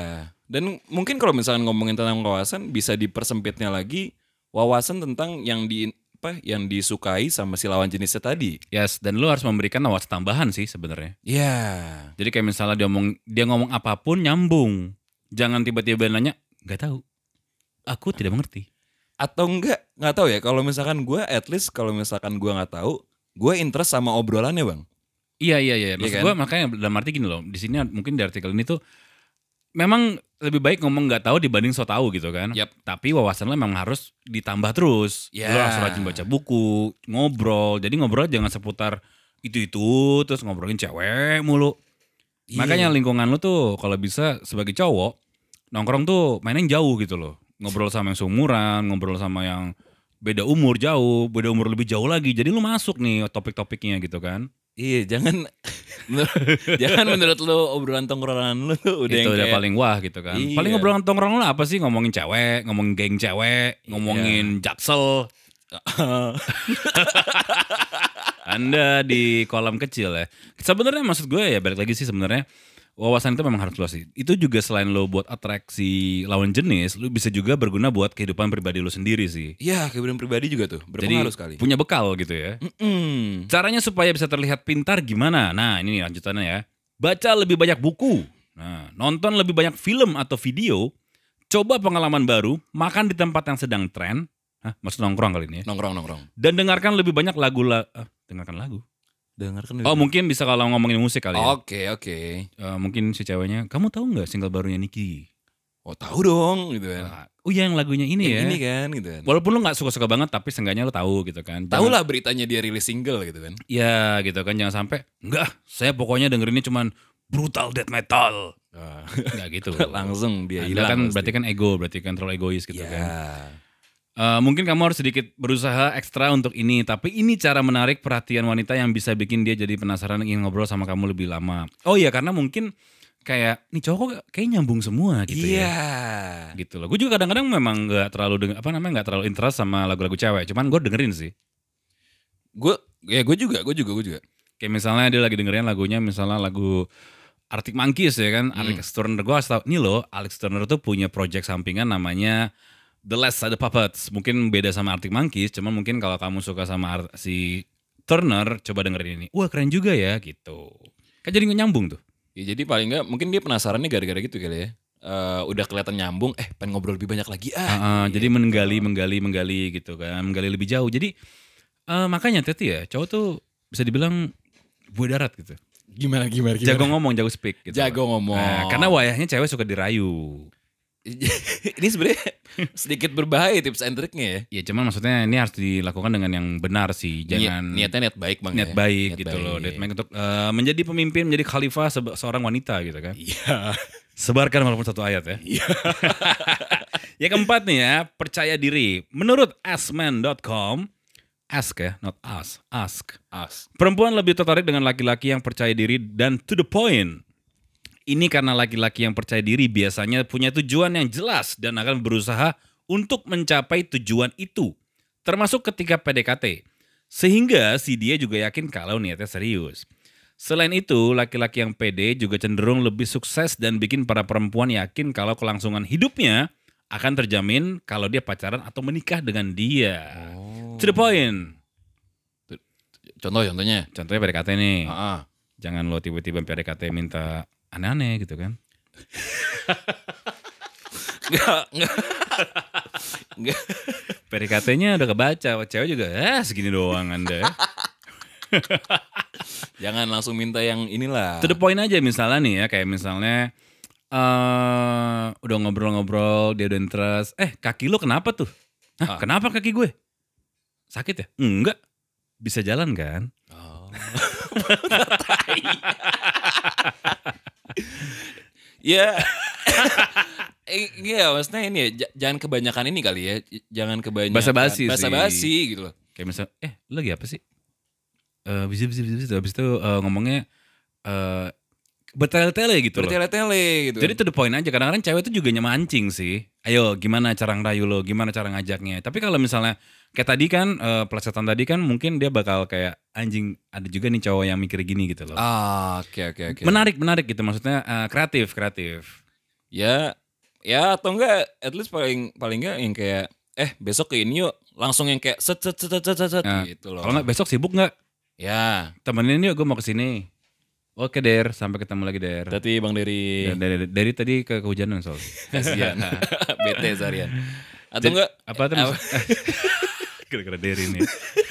[SPEAKER 1] Dan mungkin kalau misalkan ngomongin tentang wawasan bisa dipersempitnya lagi wawasan tentang yang di apa yang disukai sama si lawan jenisnya tadi.
[SPEAKER 2] Yes, dan lu harus memberikan wawasan tambahan sih sebenarnya.
[SPEAKER 1] Iya.
[SPEAKER 2] Jadi kayak misalnya dia ngomong dia ngomong apapun nyambung. Jangan tiba-tiba nanya, nggak tahu. Aku tidak mengerti.
[SPEAKER 1] Atau enggak nggak tahu ya, kalau misalkan gue at least kalau misalkan gue nggak tahu, gue interest sama obrolannya bang.
[SPEAKER 2] Iya iya iya. Maksud
[SPEAKER 1] Iya kan?
[SPEAKER 2] gue makanya dalam arti gini loh. Di sini mungkin di artikel ini tuh memang lebih baik ngomong nggak tahu dibanding so tahu gitu kan.
[SPEAKER 1] Yap.
[SPEAKER 2] Tapi wawasan lo memang harus ditambah terus.
[SPEAKER 1] Ya.
[SPEAKER 2] Lo harus rajin baca buku, ngobrol. Jadi ngobrol jangan seputar itu-itu terus ngobrolin cewek mulu.
[SPEAKER 1] Iya.
[SPEAKER 2] Makanya lingkungan lo tuh kalau bisa sebagai cowok nongkrong tuh mainnya jauh gitu loh. Ngobrol sama yang seumuran, ngobrol sama yang beda umur jauh, beda umur lebih jauh lagi. Jadi lu masuk nih topik-topiknya gitu kan.
[SPEAKER 1] Iya, jangan jangan menurut lu obrolan tongkrongan lu tuh udah
[SPEAKER 2] Itu
[SPEAKER 1] yang
[SPEAKER 2] udah
[SPEAKER 1] kayak,
[SPEAKER 2] paling wah gitu kan.
[SPEAKER 1] Iya.
[SPEAKER 2] Paling ngobrolan tongkrong lu apa sih? Ngomongin cewek, ngomongin geng cewek, ngomongin jaksel. Anda di kolam kecil ya. Sebenarnya maksud gue ya balik lagi sih sebenarnya wawasan itu memang harus luas sih. Itu juga selain lo buat atraksi lawan jenis, lo bisa juga berguna buat kehidupan pribadi lo sendiri sih.
[SPEAKER 1] Iya, kehidupan pribadi juga tuh
[SPEAKER 2] Jadi
[SPEAKER 1] berpengaruh sekali.
[SPEAKER 2] punya bekal gitu ya.
[SPEAKER 1] Mm-mm.
[SPEAKER 2] Caranya supaya bisa terlihat pintar gimana? Nah ini nih lanjutannya ya. Baca lebih banyak buku. Nah, nonton lebih banyak film atau video. Coba pengalaman baru. Makan di tempat yang sedang tren. Hah, maksud nongkrong kali ini ya.
[SPEAKER 1] Nongkrong nongkrong.
[SPEAKER 2] Dan dengarkan lebih banyak lagu. La ah, dengarkan lagu.
[SPEAKER 1] Dengarkan.
[SPEAKER 2] Oh mungkin bisa kalau ngomongin musik kali ya.
[SPEAKER 1] Oke oke.
[SPEAKER 2] Eh, mungkin si ceweknya, kamu tahu nggak single barunya Nicki?
[SPEAKER 1] Oh tahu dong gitu kan.
[SPEAKER 2] Nah, oh iya yang lagunya ini
[SPEAKER 1] Yang
[SPEAKER 2] ya.
[SPEAKER 1] ini kan gitu kan.
[SPEAKER 2] Walaupun lu gak suka-suka banget tapi seenggaknya lu tahu gitu kan.
[SPEAKER 1] Tahu lah beritanya dia rilis single gitu kan.
[SPEAKER 2] Ya gitu kan, jangan sampai enggak, saya pokoknya dengerinnya cuman brutal death metal.
[SPEAKER 1] Ah.
[SPEAKER 2] Enggak gitu.
[SPEAKER 1] Langsung dia
[SPEAKER 2] Anda
[SPEAKER 1] hilang.
[SPEAKER 2] kan
[SPEAKER 1] pasti.
[SPEAKER 2] berarti kan ego, berarti kan terlalu egois gitu
[SPEAKER 1] Ya.
[SPEAKER 2] kan. Uh, mungkin kamu harus sedikit berusaha ekstra untuk ini, tapi ini cara menarik perhatian wanita yang bisa bikin dia jadi penasaran ingin ngobrol sama kamu lebih lama. Oh iya, karena mungkin kayak nih cowok kok kayak nyambung semua gitu
[SPEAKER 1] Iya.
[SPEAKER 2] ya. Gitu loh. Gue juga kadang-kadang memang nggak terlalu denger, apa namanya nggak terlalu interest sama lagu-lagu cewek. Cuman gue dengerin sih.
[SPEAKER 1] Gue ya gue juga, gue juga, gue juga.
[SPEAKER 2] Kayak misalnya dia lagi dengerin lagunya, misalnya lagu Arctic Monkeys ya kan,
[SPEAKER 1] Hmm.
[SPEAKER 2] Alex Turner. Gue harus tahu nih loh, Alex Turner tuh punya project sampingan namanya The Last of the Puppets. Mungkin beda sama Arctic Monkeys, cuman mungkin kalau kamu suka sama art- si Turner, coba dengerin ini. Wah keren juga ya gitu. Kan jadi nggak nyambung tuh.
[SPEAKER 1] Ya jadi paling nggak mungkin dia penasarannya gara-gara gitu kali ya. Eh, udah kelihatan nyambung, eh pengen ngobrol lebih banyak lagi ah.
[SPEAKER 2] Uh, uh, jadi menggali, menggali, menggali gitu kan, menggali lebih jauh. Jadi uh, makanya Teti ya, cowok tuh bisa dibilang buah darat gitu.
[SPEAKER 1] Gimana gimana gimana.
[SPEAKER 2] Jago ngomong, jago speak gitu.
[SPEAKER 1] Jago ngomong.
[SPEAKER 2] Nah, karena wayahnya cewek suka dirayu.
[SPEAKER 1] Ini sebenarnya sedikit berbahaya tips and triknya ya.
[SPEAKER 2] Ya cuman maksudnya ini harus dilakukan dengan yang benar sih. Jangan
[SPEAKER 1] Niat, niatnya niat baik bang.
[SPEAKER 2] niat
[SPEAKER 1] ya?
[SPEAKER 2] baik
[SPEAKER 1] Niat
[SPEAKER 2] gitu
[SPEAKER 1] baik.
[SPEAKER 2] loh. Niat baik untuk uh, menjadi pemimpin, menjadi khalifah sebe- seorang wanita gitu kan.
[SPEAKER 1] Iya.
[SPEAKER 2] Sebarkan walaupun satu ayat ya.
[SPEAKER 1] Iya.
[SPEAKER 2] Yang keempat nih ya, percaya diri. Menurut askman dot com, ask ya, not ask, ask.
[SPEAKER 1] As.
[SPEAKER 2] Perempuan lebih tertarik dengan laki-laki yang percaya diri dan to the point. Ini karena laki-laki yang percaya diri biasanya punya tujuan yang jelas dan akan berusaha untuk mencapai tujuan itu. Termasuk ketika P D K T. Sehingga si dia juga yakin kalau niatnya serius. Selain itu, laki-laki yang pede juga cenderung lebih sukses dan bikin para perempuan yakin kalau kelangsungan hidupnya akan terjamin kalau dia pacaran atau menikah dengan dia.
[SPEAKER 1] Oh.
[SPEAKER 2] To the point.
[SPEAKER 1] Contoh-contohnya.
[SPEAKER 2] Contohnya P D K T nih.
[SPEAKER 1] Ah, ah.
[SPEAKER 2] Jangan lo tiba-tiba P D K T minta aneh-aneh gitu kan.
[SPEAKER 1] Enggak, enggak. Enggak.
[SPEAKER 2] P D K T-nya udah kebaca, cewek juga eh segini doang Anda.
[SPEAKER 1] Jangan langsung minta yang inilah.
[SPEAKER 2] To the point aja misalnya nih ya, kayak misalnya eh udah ngobrol-ngobrol, dia udah interest, eh kaki lo kenapa tuh? Hah,
[SPEAKER 1] Ah.
[SPEAKER 2] kenapa kaki gue? Sakit ya? Enggak. Bisa jalan kan?
[SPEAKER 1] Oh. Ya. Eh, Iya maksudnya ini ya j- jangan kebanyakan ini kali ya. J- Jangan kebanyakan
[SPEAKER 2] Basa-basi sih.
[SPEAKER 1] basa-basi gitu loh.
[SPEAKER 2] Kayak misalnya, eh lu lagi apa sih? Eh bisa bisa bisa bisa. Habis itu eh, ngomongnya eh bertele-tele gitu loh.
[SPEAKER 1] Bertele-tele gitu.
[SPEAKER 2] Jadi to the point aja. Kadang-kadang cewek itu juga nyemancing sih. Ayo gimana cara ngerayu lo, gimana cara ngajaknya. Tapi kalau misalnya kayak tadi kan, eh, pelesetan tadi kan mungkin dia bakal kayak anjing, ada juga nih cowok yang mikir gini gitu loh.
[SPEAKER 1] Ah, oke oke oke.
[SPEAKER 2] Menarik, menarik gitu. Maksudnya eh, kreatif, kreatif.
[SPEAKER 1] Ya, ya atau enggak at least paling paling enggak yang kayak eh besok ke ini yuk, langsung yang kayak set set set set set, set
[SPEAKER 2] Nah,
[SPEAKER 1] gitu loh.
[SPEAKER 2] Kalau nggak besok sibuk nggak?
[SPEAKER 1] Ya,
[SPEAKER 2] Temenin yuk, gue mau kesini. Oke Der, sampai ketemu lagi Der.
[SPEAKER 1] berarti Bang Dery
[SPEAKER 2] Dari, dari, dari tadi ke kehujanan soal.
[SPEAKER 1] kasihan. Bete seharian. Atau enggak
[SPEAKER 2] Apa tuh?
[SPEAKER 1] apa-
[SPEAKER 2] Kira-kira Derry nih.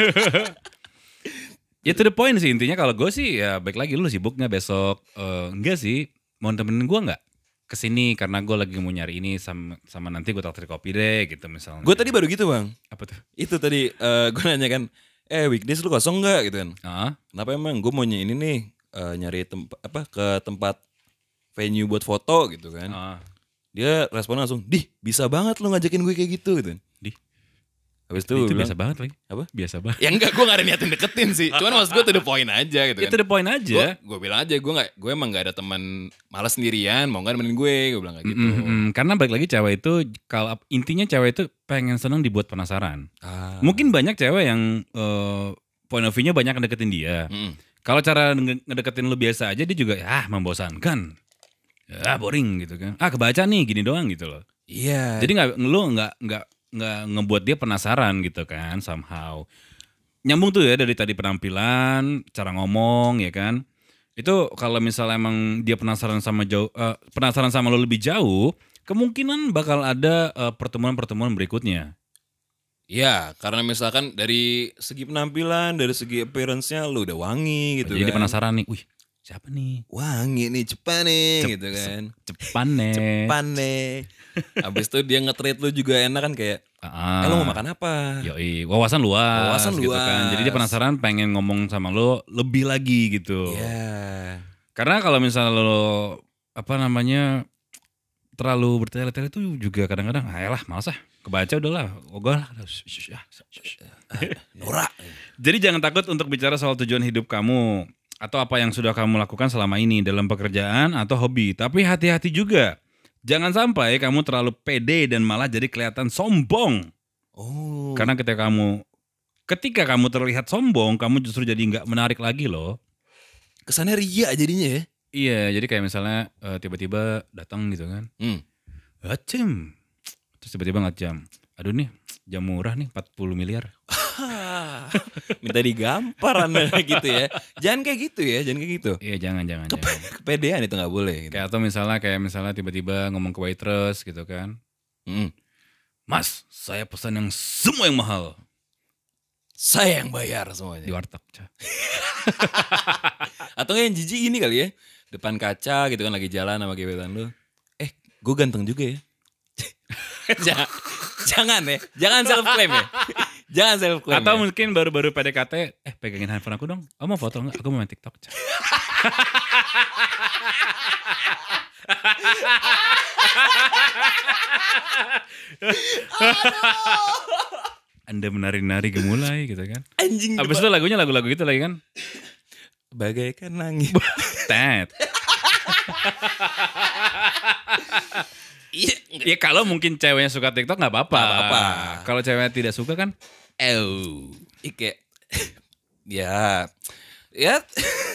[SPEAKER 2] Ya to the point sih intinya, kalau gue sih ya baik lagi, lu sibuk nggak besok? Eh, enggak sih, mau temenin gue nggak? Kesini karena gue lagi mau nyari ini sama, sama nanti gue traktir kopi deh gitu misalnya.
[SPEAKER 1] Gue tadi baru gitu bang.
[SPEAKER 2] Apa tuh?
[SPEAKER 1] Itu tadi eh gue nanya kan, eh weekdays lu kosong nggak gitu kan?
[SPEAKER 2] Ah,
[SPEAKER 1] Kenapa emang gue mau ny- ini nih eh, nyari tempat apa ke tempat venue buat foto gitu kan?
[SPEAKER 2] ah.
[SPEAKER 1] Dia respon langsung, dih bisa banget lu ngajakin gue kayak gitu gitu.
[SPEAKER 2] Dih.
[SPEAKER 1] Habis itu,
[SPEAKER 2] Itu,
[SPEAKER 1] gue bilang,
[SPEAKER 2] biasa banget lagi.
[SPEAKER 1] Apa?
[SPEAKER 2] Biasa banget.
[SPEAKER 1] Ya enggak, gue gak ada niatin deketin sih. Cuman maksud gue to the point aja gitu
[SPEAKER 2] Ya
[SPEAKER 1] kan.
[SPEAKER 2] to the point aja.
[SPEAKER 1] Gue bilang aja, gue gak, gue emang gak ada teman malas sendirian, mau gak nemenin gue, gue bilang kayak gitu.
[SPEAKER 2] Mm, mm, mm. Karena balik lagi cewek itu, kalau intinya cewek itu pengen seneng dibuat penasaran.
[SPEAKER 1] Ah.
[SPEAKER 2] Mungkin banyak cewek yang eh, point of view-nya banyak ngedeketin dia.
[SPEAKER 1] Mm-mm.
[SPEAKER 2] Kalau cara nge- ngedeketin lu biasa aja, dia juga ah membosankan. Ah boring gitu kan. Ah kebaca nih gini doang gitu loh.
[SPEAKER 1] Iya.
[SPEAKER 2] Jadi nggak lu nggak nggak nggak ngebuat dia penasaran gitu kan somehow. Nyambung tuh ya dari tadi penampilan, cara ngomong ya kan. Itu kalau misalnya emang dia penasaran sama jauh eh, penasaran sama lu lebih jauh, kemungkinan bakal ada eh, pertemuan-pertemuan berikutnya.
[SPEAKER 1] Iya, karena misalkan dari segi penampilan, dari segi appearance-nya lu udah wangi gitu
[SPEAKER 2] Jadi
[SPEAKER 1] kan.
[SPEAKER 2] penasaran nih, wih siapa nih?
[SPEAKER 1] Wangi nih, cepat nih,
[SPEAKER 2] Cep-
[SPEAKER 1] gitu kan.
[SPEAKER 2] Cepan nih.
[SPEAKER 1] Cepat nih. Abis itu dia nge-treat lu juga enak kan kayak,
[SPEAKER 2] Ah,
[SPEAKER 1] eh lu mau makan apa?
[SPEAKER 2] Yoi, wawasan luas,
[SPEAKER 1] Wawasan
[SPEAKER 2] gitu kan. Jadi dia
[SPEAKER 1] luas.
[SPEAKER 2] penasaran pengen ngomong sama lo lebih lagi gitu.
[SPEAKER 1] Iya.
[SPEAKER 2] Karena kalau misalnya lo apa namanya terlalu bertele-tele itu juga kadang-kadang, ah lah malas ah, kebaca udahlah, ogah lah.
[SPEAKER 1] Norak.
[SPEAKER 2] Jadi jangan takut untuk bicara soal tujuan hidup kamu atau apa yang sudah kamu lakukan selama ini dalam pekerjaan atau hobi. Tapi hati-hati juga. Jangan sampai kamu terlalu pede dan malah jadi kelihatan sombong.
[SPEAKER 1] Oh.
[SPEAKER 2] Karena ketika kamu ketika kamu terlihat sombong, kamu justru jadi nggak menarik lagi loh.
[SPEAKER 1] Kesannya ria jadinya ya.
[SPEAKER 2] Iya, jadi kayak misalnya eh, tiba-tiba datang gitu kan.
[SPEAKER 1] Hmm.
[SPEAKER 2] Acem. Terus tiba-tiba ngeliat jam. Aduh nih, jam murah nih empat puluh miliar.
[SPEAKER 1] Minta digampar anda gitu ya. Jangan kayak gitu ya, jangan kayak gitu.
[SPEAKER 2] Iya, jangan jangan
[SPEAKER 1] Kep-
[SPEAKER 2] jangan.
[SPEAKER 1] Kepedean itu gak boleh gitu.
[SPEAKER 2] Kayak atau misalnya kayak misalnya tiba-tiba ngomong ke waitress gitu kan.
[SPEAKER 1] Hmm.
[SPEAKER 2] Mas, saya pesan yang semua yang mahal
[SPEAKER 1] Saya yang bayar
[SPEAKER 2] di
[SPEAKER 1] semuanya.
[SPEAKER 2] warteg. Ca.
[SPEAKER 1] Atau yang jijik gini kali ya. Depan kaca gitu kan lagi jalan sama gebetan lu. Eh, gue ganteng juga ya. jangan, jangan ya. Jangan self claim ya. Jangan self claim.
[SPEAKER 2] Atau
[SPEAKER 1] ya.
[SPEAKER 2] mungkin baru-baru P D K T, eh pegangin handphone aku dong. Oh mau foto enggak? Aku mau main TikTok. Ca. Anda menari-nari gemulai gitu kan.
[SPEAKER 1] Anjing.
[SPEAKER 2] Abis itu lagunya lagu-lagu gitu lagi kan.
[SPEAKER 1] Bagaikan langit.
[SPEAKER 2] Tet.
[SPEAKER 1] Iya.
[SPEAKER 2] Ya kalau mungkin ceweknya suka TikTok nggak apa-apa.
[SPEAKER 1] Nggak apa-apa.
[SPEAKER 2] Kalau ceweknya tidak suka kan,
[SPEAKER 1] Ew. Ike. Ya. Ya.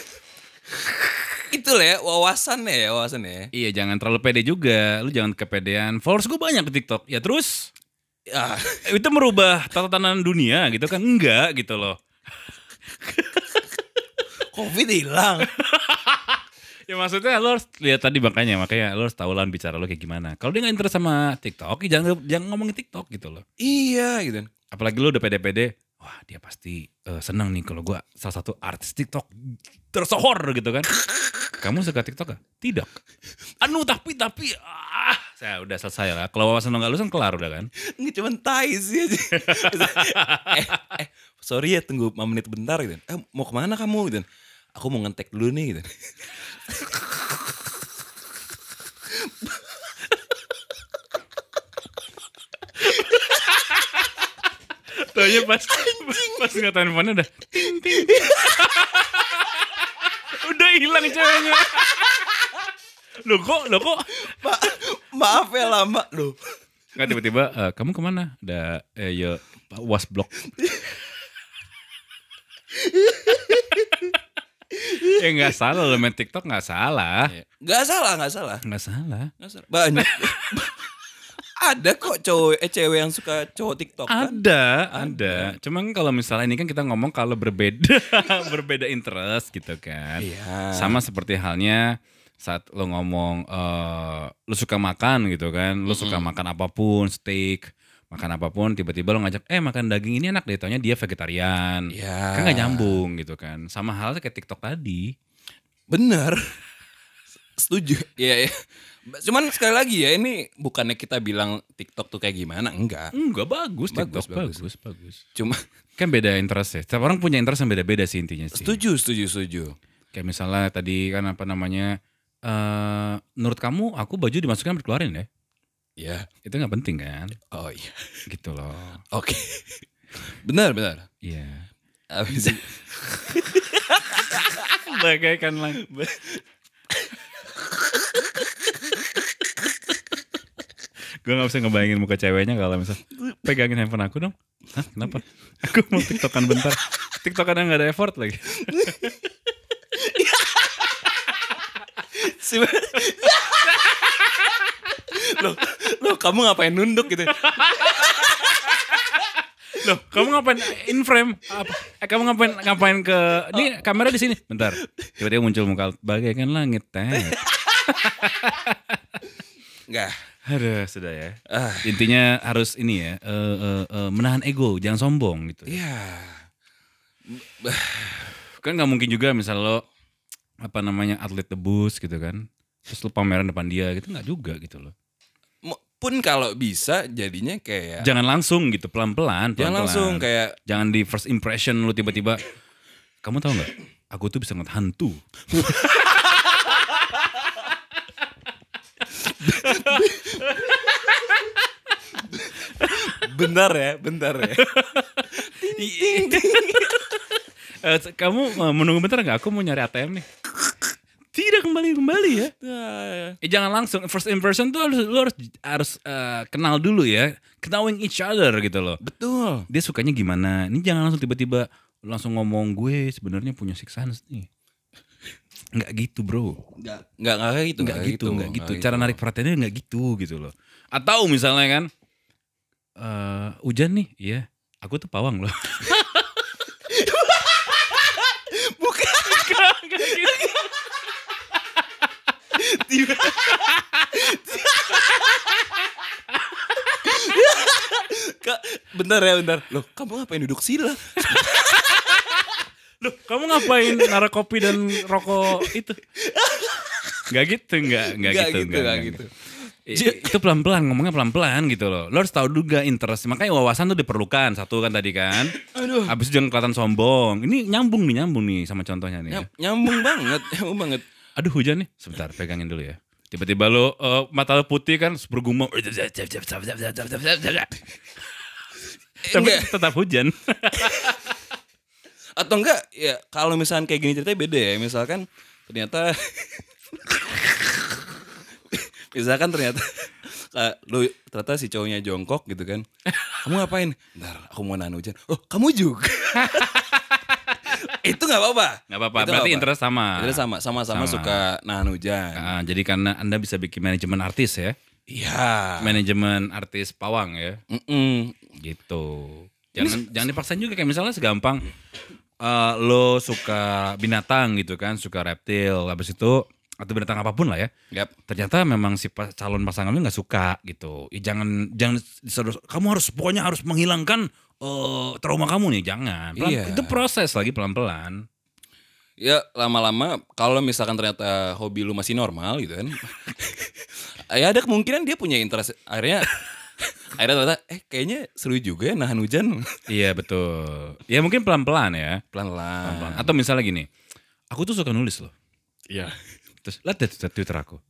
[SPEAKER 1] Itulah ya wawasannya ya wawasannya.
[SPEAKER 2] iya jangan terlalu pede juga. Lu jangan kepedean. Followers gue banyak di TikTok. Ya terus
[SPEAKER 1] Ya.
[SPEAKER 2] itu merubah tatanan dunia gitu kan? Enggak gitu loh.
[SPEAKER 1] Covid hilang.
[SPEAKER 2] Ya maksudnya lo harus lihat tadi makanya makanya lo harus tahu lawan bicara lo kayak gimana. Kalau dia nggak interest sama TikTok, ya jangan jangan ngomongin TikTok gitu loh.
[SPEAKER 1] Iya gitu.
[SPEAKER 2] Apalagi lo udah pede-pede, wah dia pasti eh, senang nih kalau gue salah satu artis TikTok tersohor gitu kan. Kamu suka TikTok gak? Tidak. Anu tapi tapi ah, saya udah selesai lah. Kalau wawasan lo nggak lulus kan kelar udah kan.
[SPEAKER 1] Ini cuman tai sih aja. eh, eh, sorry ya tunggu lima menit bentar gitu. Eh, mau kemana kamu gitu. Aku mau ngetek dulu nih gitu.
[SPEAKER 2] Taunya pas pas ngeliat handphonenya udah ting ting. Udah hilang ceweknya. Loh kok, loh kok.
[SPEAKER 1] Ma maaf ya lama loh.
[SPEAKER 2] Nggak tiba-tiba, "Eh, kamu kemana? Udah, eh, yo, was blok." Ya nggak salah lo main TikTok nggak salah.
[SPEAKER 1] Gak salah, gak salah.
[SPEAKER 2] Nggak salah.
[SPEAKER 1] Nggak salah. Banyak. Ada kok cowok eh cewek yang suka cowok TikTok kan?
[SPEAKER 2] Ada, ada. Cuman kalau misalnya ini kan kita ngomong kalau berbeda, berbeda interest gitu kan.
[SPEAKER 1] Iya.
[SPEAKER 2] Sama seperti halnya saat lo ngomong, eh lo suka makan gitu kan. Lo suka makan apapun, steak, makan apapun. Tiba-tiba lo ngajak, eh makan daging ini enak deh. Taunya dia vegetarian.
[SPEAKER 1] Iya.
[SPEAKER 2] Kan gak nyambung gitu kan. Sama halnya kayak TikTok tadi.
[SPEAKER 1] Bener. Setuju. Iya, iya. Cuman sekali lagi ya ini bukannya kita bilang TikTok tuh kayak gimana, enggak.
[SPEAKER 2] Enggak bagus,
[SPEAKER 1] Bagus,
[SPEAKER 2] TikTok
[SPEAKER 1] bagus.
[SPEAKER 2] bagus, bagus.
[SPEAKER 1] Cuma
[SPEAKER 2] Kan beda interest ya. Setiap orang punya interest yang beda-beda sih intinya sih.
[SPEAKER 1] setuju, setuju, setuju.
[SPEAKER 2] Kayak misalnya tadi kan apa namanya, eh menurut kamu aku baju dimasukin apa dikeluarin ya?
[SPEAKER 1] Ya.
[SPEAKER 2] Itu nggak penting kan?
[SPEAKER 1] Oh iya.
[SPEAKER 2] Gitu loh.
[SPEAKER 1] Oke. Benar, benar.
[SPEAKER 2] Iya.
[SPEAKER 1] Abis
[SPEAKER 2] Bagaikan lang. Gue gak bisa ngebayangin muka ceweknya kalau misal pegangin handphone aku dong. Hah kenapa? Aku mau tiktokan bentar. Tiktokan gak ada effort lagi.
[SPEAKER 1] Loh, loh kamu ngapain nunduk gitu?
[SPEAKER 2] Loh, kamu ngapain in frame? Apa? Eh, kamu ngapain ngapain ke ini kamera di sini? Bentar. Tiba-tiba muncul muka bagaikan langit teh.
[SPEAKER 1] Enggak.
[SPEAKER 2] Aduh, sudah ya.
[SPEAKER 1] Ah,
[SPEAKER 2] Intinya harus ini ya, eh, eh, eh, menahan ego, jangan sombong gitu.
[SPEAKER 1] iya.
[SPEAKER 2] Kan nggak mungkin juga misal lo apa namanya atlet debus gitu kan. Terus lu pameran depan dia gitu nggak juga gitu loh.
[SPEAKER 1] Mo- Pun kalau bisa jadinya kayak
[SPEAKER 2] Jangan langsung gitu pelan-pelan.
[SPEAKER 1] jangan
[SPEAKER 2] pelan-pelan.
[SPEAKER 1] langsung kayak
[SPEAKER 2] Jangan di first impression lu tiba-tiba. Kamu tahu nggak? Aku tuh bisa ngeliat hantu.
[SPEAKER 1] bentar ya, bentar ya.
[SPEAKER 2] Eh, kamu eh, menunggu bentar nggak? Aku mau nyari A T M nih. Tidak kembali kembali ya. Eh, jangan langsung first impression tuh harus lu harus harus eh, kenal dulu ya, knowing each other gitu loh.
[SPEAKER 1] Betul.
[SPEAKER 2] Dia sukanya gimana? Ini jangan langsung tiba-tiba langsung ngomong gue sebenarnya punya six sense nih. Nggak gitu bro.
[SPEAKER 1] Nggak nggak nggak kayak gitu,
[SPEAKER 2] Nggak gitu, nggak gitu. Cara narik perhatiannya nggak gitu gitu loh. Atau misalnya kan, eh hujan nih, iya. Aku tuh pawang loh.
[SPEAKER 1] Bukan.
[SPEAKER 2] Nggak gitu.
[SPEAKER 1] Kak, bentar ya, bentar. Loh, kamu ngapain duduk sila?
[SPEAKER 2] Loh, kamu ngapain naruh kopi dan rokok itu? Gak gitu, gak, gak,
[SPEAKER 1] Nggak
[SPEAKER 2] gitu,
[SPEAKER 1] gitu,
[SPEAKER 2] gak,
[SPEAKER 1] nggak
[SPEAKER 2] gak,
[SPEAKER 1] gitu.
[SPEAKER 2] I- Itu pelan-pelan, ngomongnya pelan-pelan gitu loh. Lo harus tahu juga interest. Makanya wawasan tuh diperlukan, satu kan tadi kan.
[SPEAKER 1] Aduh.
[SPEAKER 2] Habis itu jangan kelihatan sombong. Ini nyambung nih, nyambung nih sama contohnya nih. Ya.
[SPEAKER 1] Nyam- nyambung banget, nyambung banget.
[SPEAKER 2] Aduh hujan nih, sebentar pegangin dulu ya. Tiba-tiba lo eh, mata lo putih kan, bergumam. Tapi
[SPEAKER 1] Enggak.
[SPEAKER 2] tetap hujan.
[SPEAKER 1] Atau enggak ya kalau misalkan kayak gini ceritanya beda ya. Misalkan ternyata misalkan ternyata uh, lu ternyata si cowoknya jongkok gitu kan. Kamu ngapain? Bentar, aku mau nahan hujan. Oh, kamu juga. Itu enggak apa-apa.
[SPEAKER 2] Gak apa-apa,
[SPEAKER 1] Itu
[SPEAKER 2] berarti
[SPEAKER 1] nggak
[SPEAKER 2] interest sama.
[SPEAKER 1] Itu sama, sama-sama
[SPEAKER 2] Sama.
[SPEAKER 1] suka nahan hujan.
[SPEAKER 2] Ah, jadi karena Anda bisa bikin manajemen artis ya.
[SPEAKER 1] Iya.
[SPEAKER 2] Manajemen artis pawang ya.
[SPEAKER 1] Mm-mm.
[SPEAKER 2] Gitu. Jangan jangan dipaksain juga kayak misalnya segampang eh, lo suka binatang gitu kan, suka reptil, habis itu atau binatang apapun lah ya.
[SPEAKER 1] Yap.
[SPEAKER 2] Ternyata memang si pa- calon pasangan lu nggak suka gitu. Ya, jangan jangan disuruh, kamu harus pokoknya harus menghilangkan eh, trauma kamu nih, jangan. Pelan-
[SPEAKER 1] Iya.
[SPEAKER 2] Itu proses lagi pelan-pelan.
[SPEAKER 1] Ya lama-lama kalau misalkan ternyata hobi lu masih normal gitu kan. Ya ada kemungkinan dia punya interest. Akhirnya akhirnya ternyata eh kayaknya seru juga ya nahan hujan.
[SPEAKER 2] Iya betul. Ya mungkin pelan-pelan ya.
[SPEAKER 1] Pelan-pelan.
[SPEAKER 2] Pelan-pelan. Atau misalnya gini, aku tuh suka nulis loh.
[SPEAKER 1] Iya.
[SPEAKER 2] Terus lihat deh Twitter Twitter aku.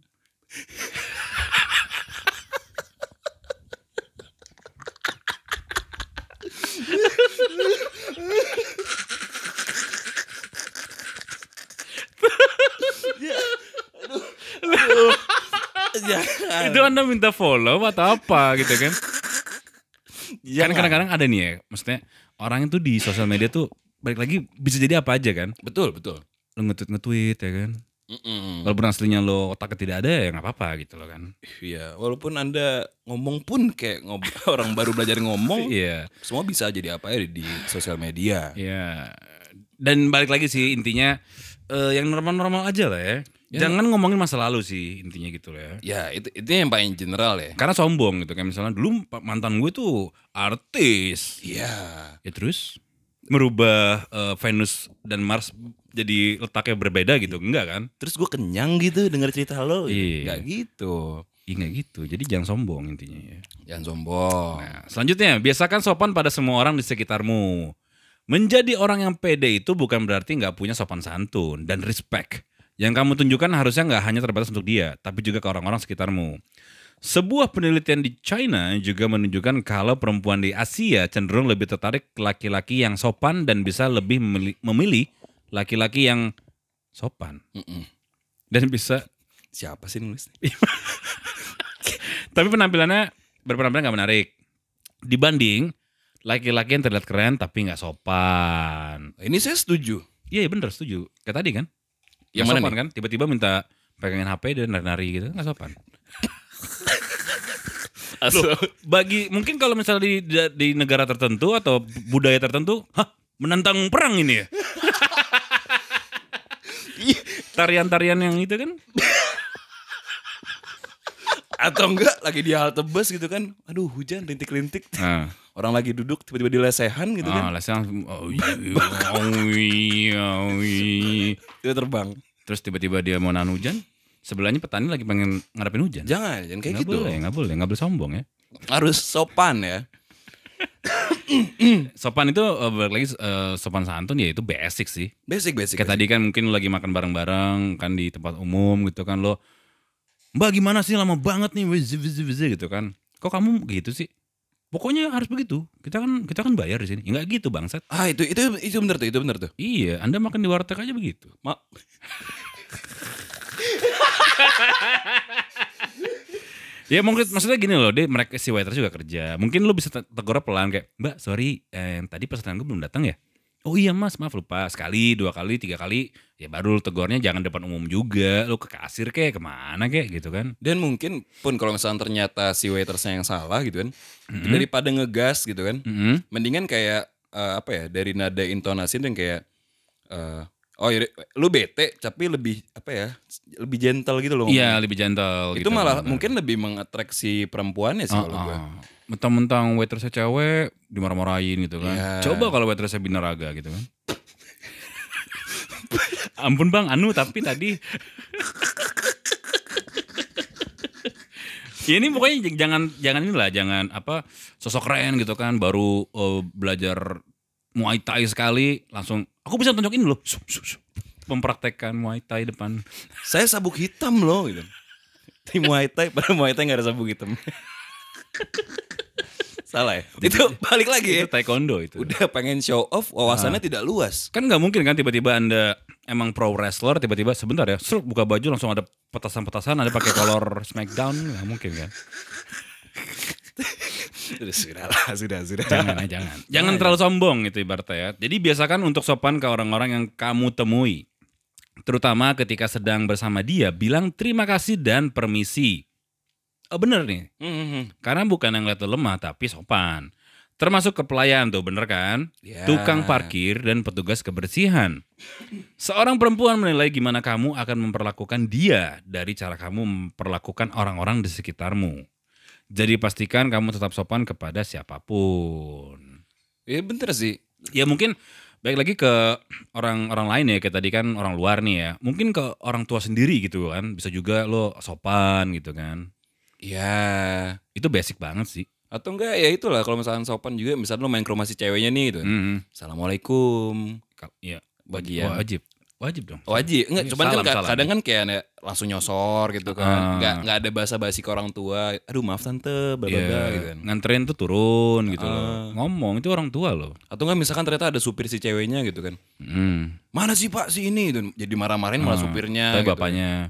[SPEAKER 1] Jangan.
[SPEAKER 2] Itu Anda minta follow atau apa gitu kan? Kan
[SPEAKER 1] Jangan.
[SPEAKER 2] kadang-kadang ada nih ya, maksudnya orang itu di sosial media tuh balik lagi bisa jadi apa aja kan?
[SPEAKER 1] Betul, betul.
[SPEAKER 2] Lo nge-tweet nge-tweet ya kan?
[SPEAKER 1] Mm-mm.
[SPEAKER 2] Walaupun aslinya lo otaknya tidak ada ya nggak apa-apa gitu loh kan?
[SPEAKER 1] Iya, walaupun Anda ngomong pun kayak ngob- orang baru belajar ngomong,
[SPEAKER 2] Iya,
[SPEAKER 1] semua bisa jadi apa ya di sosial media.
[SPEAKER 2] iya. Dan balik lagi sih intinya eh, yang normal-normal aja lah ya.
[SPEAKER 1] Ya.
[SPEAKER 2] Jangan ngomongin masa lalu sih intinya gitu loh ya.
[SPEAKER 1] Ya, itu itu yang paling general ya.
[SPEAKER 2] Karena sombong gitu kayak misalnya dulu mantan gue tuh artis.
[SPEAKER 1] Iya.
[SPEAKER 2] Ya terus merubah eh, Venus dan Mars jadi letaknya berbeda gitu, enggak kan?
[SPEAKER 1] Terus gue kenyang gitu denger cerita lo.
[SPEAKER 2] Iya.
[SPEAKER 1] Gak gitu.
[SPEAKER 2] Iya enggak gitu. Jadi jangan sombong intinya ya.
[SPEAKER 1] Jangan sombong.
[SPEAKER 2] Nah, selanjutnya, biasakan sopan pada semua orang di sekitarmu. Menjadi orang yang pede itu bukan berarti nggak punya sopan santun dan respect. Yang kamu tunjukkan harusnya nggak hanya terbatas untuk dia, tapi juga ke orang-orang sekitarmu. Sebuah penelitian di China juga menunjukkan kalau perempuan di Asia cenderung lebih tertarik ke laki-laki yang sopan dan bisa lebih memilih, memilih laki-laki yang sopan.
[SPEAKER 1] Mm-mm.
[SPEAKER 2] Dan bisa,
[SPEAKER 1] Siapa sih nulis?
[SPEAKER 2] tapi penampilannya berpenampilan nggak menarik. Dibanding laki-laki yang terlihat keren tapi nggak sopan.
[SPEAKER 1] Ini saya setuju.
[SPEAKER 2] Iya, iya bener, setuju. Kayak tadi kan.
[SPEAKER 1] Yang
[SPEAKER 2] Yang
[SPEAKER 1] mana
[SPEAKER 2] sopan
[SPEAKER 1] nih?
[SPEAKER 2] kan, tiba-tiba minta pegangin H P dan nari-nari gitu, nggak sopan. Loh, bagi mungkin kalau misalnya di, di di negara tertentu atau budaya tertentu, hah, menantang perang ini ya. Tarian-tarian yang itu kan.
[SPEAKER 1] Atau enggak lagi di halte bus gitu kan. Aduh hujan rintik-rintik.
[SPEAKER 2] Nah,
[SPEAKER 1] Orang lagi duduk tiba-tiba di lesehan gitu
[SPEAKER 2] ah,
[SPEAKER 1] kan.
[SPEAKER 2] langsung, oh, iya, oh, iya, oh, iya.
[SPEAKER 1] Itu terbang.
[SPEAKER 2] Terus tiba-tiba dia mau nahan hujan, sebelahnya petani lagi pengen ngadepin hujan.
[SPEAKER 1] Jangan, jangan kayak
[SPEAKER 2] Nggak
[SPEAKER 1] gitu.
[SPEAKER 2] boleh, nggak boleh, nggak boleh sombong ya.
[SPEAKER 1] Harus sopan ya.
[SPEAKER 2] Sopan itu uh, balik lagi uh, sopan santun ya itu basic sih.
[SPEAKER 1] Basic basic.
[SPEAKER 2] Kayak tadi kan mungkin lo lagi makan bareng-bareng kan di tempat umum gitu kan lo, Mbak gimana sih lama banget nih wiz, wiz, wiz, gitu kan. Kok kamu gitu sih? Pokoknya harus begitu. Kita kan kita kan bayar di sini. Enggak gitu bangsat.
[SPEAKER 1] Ah itu itu itu benar tuh, itu benar tuh.
[SPEAKER 2] Iya, Anda makan di warteg aja begitu.
[SPEAKER 1] Ma
[SPEAKER 2] Ya mungkin maksudnya gini loh, dia mereka si waiter juga kerja. Mungkin lu bisa tegur pelan kayak, "Mbak, sorry, eh, tadi pesanan gue belum datang ya?" "Oh iya Mas, maaf lupa." Sekali, dua kali, tiga kali, ya baru lu tegurnya jangan depan umum juga. Lu ke kasir kayak kemana kayak gitu kan.
[SPEAKER 1] Dan mungkin pun kalau misalnya ternyata si waitersnya yang salah gitu kan,
[SPEAKER 2] Mm-hmm.
[SPEAKER 1] daripada ngegas gitu kan,
[SPEAKER 2] Mm-hmm.
[SPEAKER 1] mendingan kayak eh, apa ya, dari nada intonasi itu yang kayak eh, oh yaudah, lu bete tapi lebih apa ya, lebih gentle gitu loh.
[SPEAKER 2] Iya, lebih gentle
[SPEAKER 1] Itu
[SPEAKER 2] gitu.
[SPEAKER 1] malah
[SPEAKER 2] bener.
[SPEAKER 1] mungkin lebih mengattract si perempuannya sih kalau gue.
[SPEAKER 2] Uh-uh. Mentang-mentang waitersnya cewek dimarah-marahin gitu kan.
[SPEAKER 1] Iya.
[SPEAKER 2] Coba kalau waitersnya binaraga gitu kan. Ampun bang, anu tapi tadi. Ya ini pokoknya jangan jangan inilah, jangan apa sosok keren gitu kan. Baru uh, belajar Muay Thai sekali langsung. Aku bisa tunjukin loh. Sup, sup, sup. Mempraktekkan Muay Thai depan.
[SPEAKER 1] Saya sabuk hitam loh gitu. Di Muay Thai, padahal Muay Thai gak ada sabuk hitam. Salah ya? Itu balik lagi ya.
[SPEAKER 2] Itu taekwondo itu.
[SPEAKER 1] Udah pengen show off, wawasannya tidak luas.
[SPEAKER 2] Kan nggak mungkin kan tiba-tiba Anda emang pro wrestler tiba-tiba sebentar ya, seruk buka baju langsung ada petasan-petasan, ada pakai kolor Smackdown, nggak mungkin kan?
[SPEAKER 1] Sudah lah, sudah, sudah.
[SPEAKER 2] Jangan ya, jangan. Jangan terlalu sombong itu ibaratnya ya. Jadi biasakan untuk sopan ke orang-orang yang kamu temui. Terutama ketika sedang bersama dia, bilang terima kasih dan permisi. Oh bener nih,
[SPEAKER 1] Hmm,
[SPEAKER 2] karena bukan yang lihat lu lemah tapi sopan. Termasuk ke pelayan tuh, bener kan?
[SPEAKER 1] Ya.
[SPEAKER 2] Tukang parkir dan petugas kebersihan. Seorang perempuan menilai gimana kamu akan memperlakukan dia dari cara kamu memperlakukan orang-orang di sekitarmu. Jadi pastikan kamu tetap sopan kepada siapapun.
[SPEAKER 1] ya bener sih.
[SPEAKER 2] Ya mungkin baik lagi ke orang-orang lain ya, kayak tadi kan orang luar nih ya. Mungkin ke orang tua sendiri gitu kan, bisa juga lo sopan gitu kan.
[SPEAKER 1] Ya.
[SPEAKER 2] Itu basic banget sih.
[SPEAKER 1] Atau enggak ya itulah, kalau misalkan sopan juga, misalnya lo main ke rumah si ceweknya nih gitu.
[SPEAKER 2] Mm-hmm.
[SPEAKER 1] Assalamualaikum.
[SPEAKER 2] Iya,
[SPEAKER 1] Bagian.
[SPEAKER 2] wajib. Wajib dong.
[SPEAKER 1] Wajib, enggak,
[SPEAKER 2] Iya,
[SPEAKER 1] cuman kan
[SPEAKER 2] salam,
[SPEAKER 1] ka-
[SPEAKER 2] salam.
[SPEAKER 1] kadang kan kayak ada langsung nyosor gitu kan.
[SPEAKER 2] Ah.
[SPEAKER 1] Enggak enggak ada basa-basi ke orang tua. Aduh maaf tante, bla bla bla
[SPEAKER 2] Iya,
[SPEAKER 1] gitu kan.
[SPEAKER 2] nganterin tuh turun gitu
[SPEAKER 1] Ah.
[SPEAKER 2] loh. Ngomong itu orang tua loh.
[SPEAKER 1] Atau enggak misalkan ternyata ada supir si ceweknya gitu kan.
[SPEAKER 2] Hmm.
[SPEAKER 1] Mana sih Pak si ini gitu. Jadi marah-marahin malah
[SPEAKER 2] Ah,
[SPEAKER 1] supirnya
[SPEAKER 2] tapi
[SPEAKER 1] gitu.
[SPEAKER 2] bapaknya.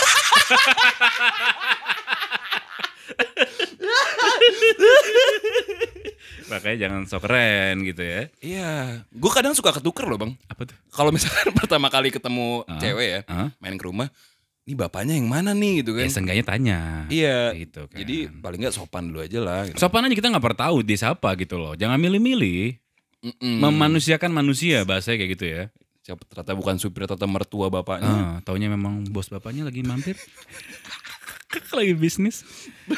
[SPEAKER 2] Makanya jangan sok keren gitu ya.
[SPEAKER 1] Iya, gue kadang suka ketuker loh bang.
[SPEAKER 2] Apa tuh?
[SPEAKER 1] Kalau misalkan pertama kali ketemu
[SPEAKER 2] Ah,
[SPEAKER 1] cewek ya,
[SPEAKER 2] ah.
[SPEAKER 1] main ke rumah, ini bapaknya yang mana nih gitu kan.
[SPEAKER 2] Ya seenggaknya tanya.
[SPEAKER 1] Iya,
[SPEAKER 2] Gitu kan.
[SPEAKER 1] jadi paling nggak sopan dulu aja lah. Gitu.
[SPEAKER 2] Sopan aja kita nggak pernah tahu dia siapa gitu loh. Jangan milih-milih.
[SPEAKER 1] Mm-mm.
[SPEAKER 2] Memanusiakan manusia bahasanya kayak gitu ya.
[SPEAKER 1] Siapa ternyata bukan supir, ternyata mertua bapaknya.
[SPEAKER 2] Ah, taunya memang bos bapaknya lagi mampir. Lagi bisnis.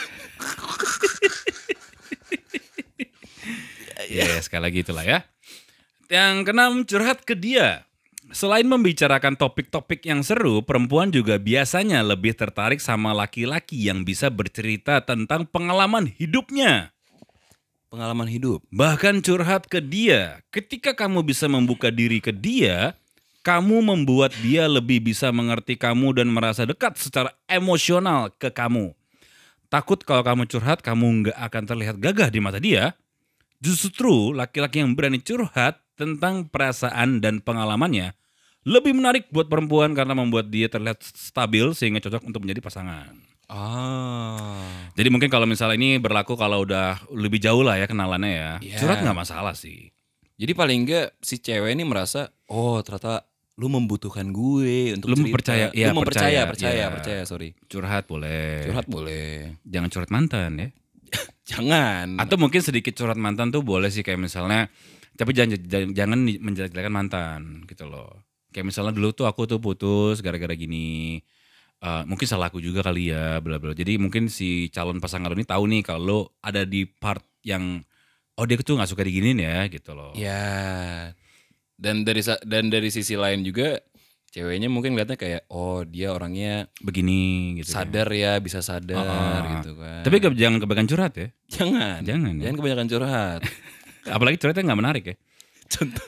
[SPEAKER 2] Ya sekali lagi itulah ya. Yang keenam, curhat ke dia. Selain membicarakan topik-topik yang seru, perempuan juga biasanya lebih tertarik sama laki-laki yang bisa bercerita tentang pengalaman hidupnya.
[SPEAKER 1] Pengalaman hidup.
[SPEAKER 2] Bahkan curhat ke dia. Ketika kamu bisa membuka diri ke dia, kamu membuat dia lebih bisa mengerti kamu dan merasa dekat secara emosional ke kamu. Takut kalau kamu curhat, kamu nggak akan terlihat gagah di mata dia. Justru laki-laki yang berani curhat tentang perasaan dan pengalamannya lebih menarik buat perempuan karena membuat dia terlihat stabil sehingga cocok untuk menjadi pasangan.
[SPEAKER 1] Ah.
[SPEAKER 2] Jadi mungkin kalau misalnya ini berlaku kalau udah lebih jauh lah ya kenalannya ya.
[SPEAKER 1] Iya.
[SPEAKER 2] Curhat nggak masalah sih.
[SPEAKER 1] Jadi paling enggak si cewek ini merasa, oh ternyata lu membutuhkan gue untuk
[SPEAKER 2] Lu
[SPEAKER 1] cerita.
[SPEAKER 2] mempercaya,
[SPEAKER 1] lu
[SPEAKER 2] iya,
[SPEAKER 1] mempercaya,
[SPEAKER 2] percaya,
[SPEAKER 1] percaya,
[SPEAKER 2] iya.
[SPEAKER 1] percaya, sorry.
[SPEAKER 2] Curhat boleh.
[SPEAKER 1] Curhat boleh.
[SPEAKER 2] Jangan curhat mantan ya.
[SPEAKER 1] Jangan.
[SPEAKER 2] Atau mungkin sedikit curhat mantan tuh boleh sih, kayak misalnya, tapi jangan jangan, jangan menjelek-jelekan mantan gitu loh. Kayak misalnya dulu tuh aku tuh putus gara-gara gini. Uh, mungkin salah aku juga kali ya, bla bla. Jadi mungkin si calon pasangan lo ini tahu nih kalau lo ada di part yang oh dia tuh nggak suka diginiin ya gitu loh.
[SPEAKER 1] Ya. Dan dari sa- dan dari sisi lain juga ceweknya mungkin lihatnya kayak oh dia orangnya
[SPEAKER 2] Begini gitu.
[SPEAKER 1] sadar ya, bisa sadar
[SPEAKER 2] Oh,
[SPEAKER 1] gitu kan.
[SPEAKER 2] Tapi ke, jangan kebanyakan curhat ya.
[SPEAKER 1] jangan,
[SPEAKER 2] Jangan ya.
[SPEAKER 1] jangan kebanyakan curhat.
[SPEAKER 2] Apalagi curhatnya nggak menarik ya.
[SPEAKER 1] Contoh,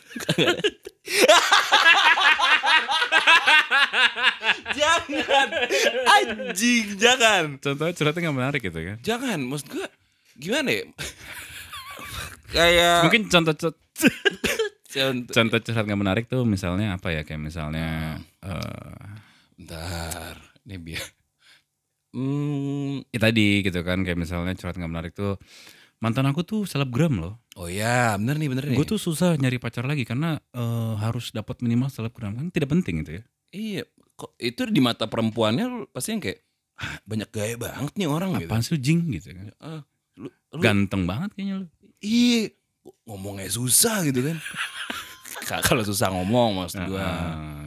[SPEAKER 1] jangan, anjing, jangan,
[SPEAKER 2] Contohnya curhatnya nggak menarik gitu kan.
[SPEAKER 1] jangan. Maksud gue gimana ya? Kayak
[SPEAKER 2] Mungkin contoh contoh,
[SPEAKER 1] contoh,
[SPEAKER 2] contoh curhat nggak menarik tuh misalnya apa ya, kayak misalnya eh
[SPEAKER 1] bentar, ini biar. Hmm,
[SPEAKER 2] ya tadi gitu kan, kayak misalnya curhat nggak menarik tuh, mantan aku tuh selebgram loh.
[SPEAKER 1] oh ya, bener nih, bener nih.
[SPEAKER 2] Gue tuh susah nyari pacar lagi karena eh, harus dapat minimal selebgram, kan tidak penting gitu ya.
[SPEAKER 1] Iya, kok itu di mata perempuannya lu pasti yang kayak ah, banyak gaya banget nih orang gitu.
[SPEAKER 2] Apaan sih lu, jing gitu kan.
[SPEAKER 1] Ah, lu, lu,
[SPEAKER 2] Ganteng banget kayaknya lu.
[SPEAKER 1] iya, ngomongnya susah gitu kan. Ka- Kalau susah ngomong maksud gua.
[SPEAKER 2] Ah,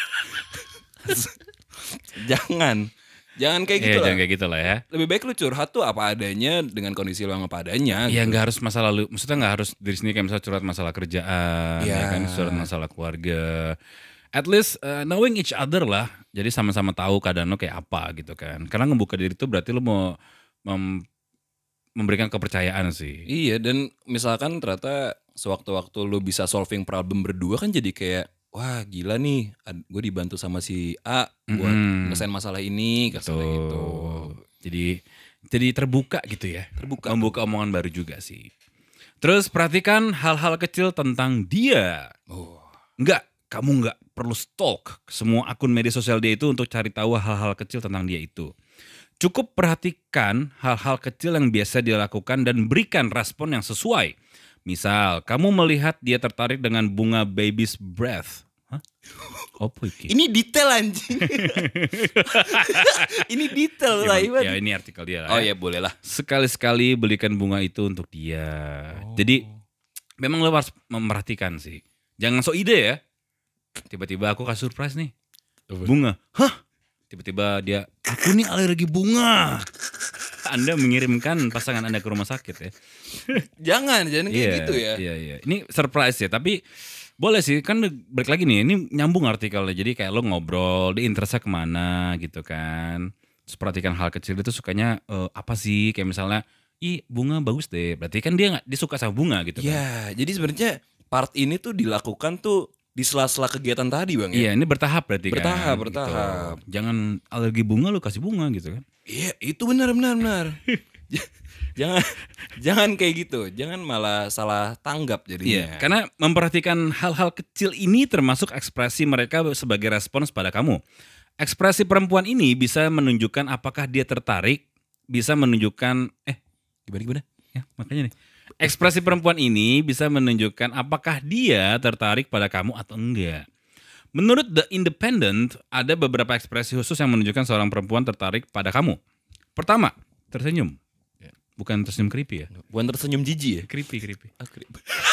[SPEAKER 1] Jangan, jangan kayak
[SPEAKER 2] Iya,
[SPEAKER 1] gitu lah.
[SPEAKER 2] jangan kayak gitu lah ya.
[SPEAKER 1] Lebih baik lu curhat tuh apa adanya dengan kondisi lu yang apa adanya.
[SPEAKER 2] Iya,
[SPEAKER 1] gitu.
[SPEAKER 2] nggak harus masa lalu. Maksudnya nggak harus diri sendiri, kayak misalnya curhat masalah kerjaan,
[SPEAKER 1] Iya.
[SPEAKER 2] ya kan, curhat masalah keluarga. At least uh, knowing each other lah. Jadi sama-sama tahu keadaan lo kayak apa gitu kan. Karena ngebuka diri itu berarti lo mau mem- memberikan kepercayaan sih.
[SPEAKER 1] Iya, dan misalkan ternyata sewaktu-waktu lu bisa solving problem berdua kan jadi kayak wah gila nih, gue dibantu sama si A buat
[SPEAKER 2] Mm-mm.
[SPEAKER 1] ngelesain masalah ini, katanya gitu.
[SPEAKER 2] Tuh. Jadi jadi terbuka gitu ya.
[SPEAKER 1] Terbuka.
[SPEAKER 2] Membuka omongan baru juga sih. Terus perhatikan hal-hal kecil tentang dia.
[SPEAKER 1] Oh.
[SPEAKER 2] Enggak, kamu enggak perlu stalk semua akun media sosial dia itu untuk cari tahu hal-hal kecil tentang dia itu. Cukup perhatikan hal-hal kecil yang biasa dia lakukan dan berikan respon yang sesuai. Misal, kamu melihat dia tertarik dengan bunga baby's breath. Hah? Apa iki?
[SPEAKER 1] Ini detail anjing. Ini detail lah.
[SPEAKER 2] Ya,
[SPEAKER 1] Iwan.
[SPEAKER 2] ya ini artikel dia lah.
[SPEAKER 1] Oh
[SPEAKER 2] ya.
[SPEAKER 1] ya boleh lah.
[SPEAKER 2] Sekali-sekali belikan bunga itu untuk dia. Jadi memang lo harus memperhatikan sih. Jangan sok ide ya. Tiba-tiba aku kasih surprise nih. Bunga. Hah? Tiba-tiba dia, aku nih alergi bunga. Anda mengirimkan pasangan Anda ke rumah sakit ya.
[SPEAKER 1] Jangan, jangan kayak
[SPEAKER 2] Iya,
[SPEAKER 1] gitu ya.
[SPEAKER 2] Iya, iya. Ini surprise ya, tapi boleh sih. Kan balik lagi nih, ini nyambung artikelnya. Jadi kayak lo ngobrol, di interestnya kemana gitu kan. Terus perhatikan hal kecil itu sukanya eh, apa sih. Kayak misalnya, ih bunga bagus deh. Berarti kan dia, gak, dia suka sama bunga gitu kan.
[SPEAKER 1] Ya, jadi sebenarnya part ini tuh dilakukan tuh di sela-sela kegiatan tadi bang ya.
[SPEAKER 2] Iya, ini bertahap berarti
[SPEAKER 1] Bertahap,
[SPEAKER 2] kan.
[SPEAKER 1] bertahap.
[SPEAKER 2] Gitu. Jangan alergi bunga lu kasih bunga gitu kan.
[SPEAKER 1] Iya, itu benar benar benar. J- jangan jangan kayak gitu. Jangan malah salah tanggap jadinya.
[SPEAKER 2] Iya, karena memperhatikan hal-hal kecil ini termasuk ekspresi mereka sebagai respons pada kamu. Ekspresi perempuan ini bisa menunjukkan apakah dia tertarik, bisa menunjukkan eh
[SPEAKER 1] Gimana gimana?
[SPEAKER 2] ya makanya nih. Ekspresi perempuan ini bisa menunjukkan apakah dia tertarik pada kamu atau enggak. Menurut The Independent, ada beberapa ekspresi khusus yang menunjukkan seorang perempuan tertarik pada kamu. Pertama, tersenyum. Bukan tersenyum creepy ya.
[SPEAKER 1] Bukan tersenyum jijik ya?
[SPEAKER 2] Creepy, creepy.
[SPEAKER 1] Ah, creep.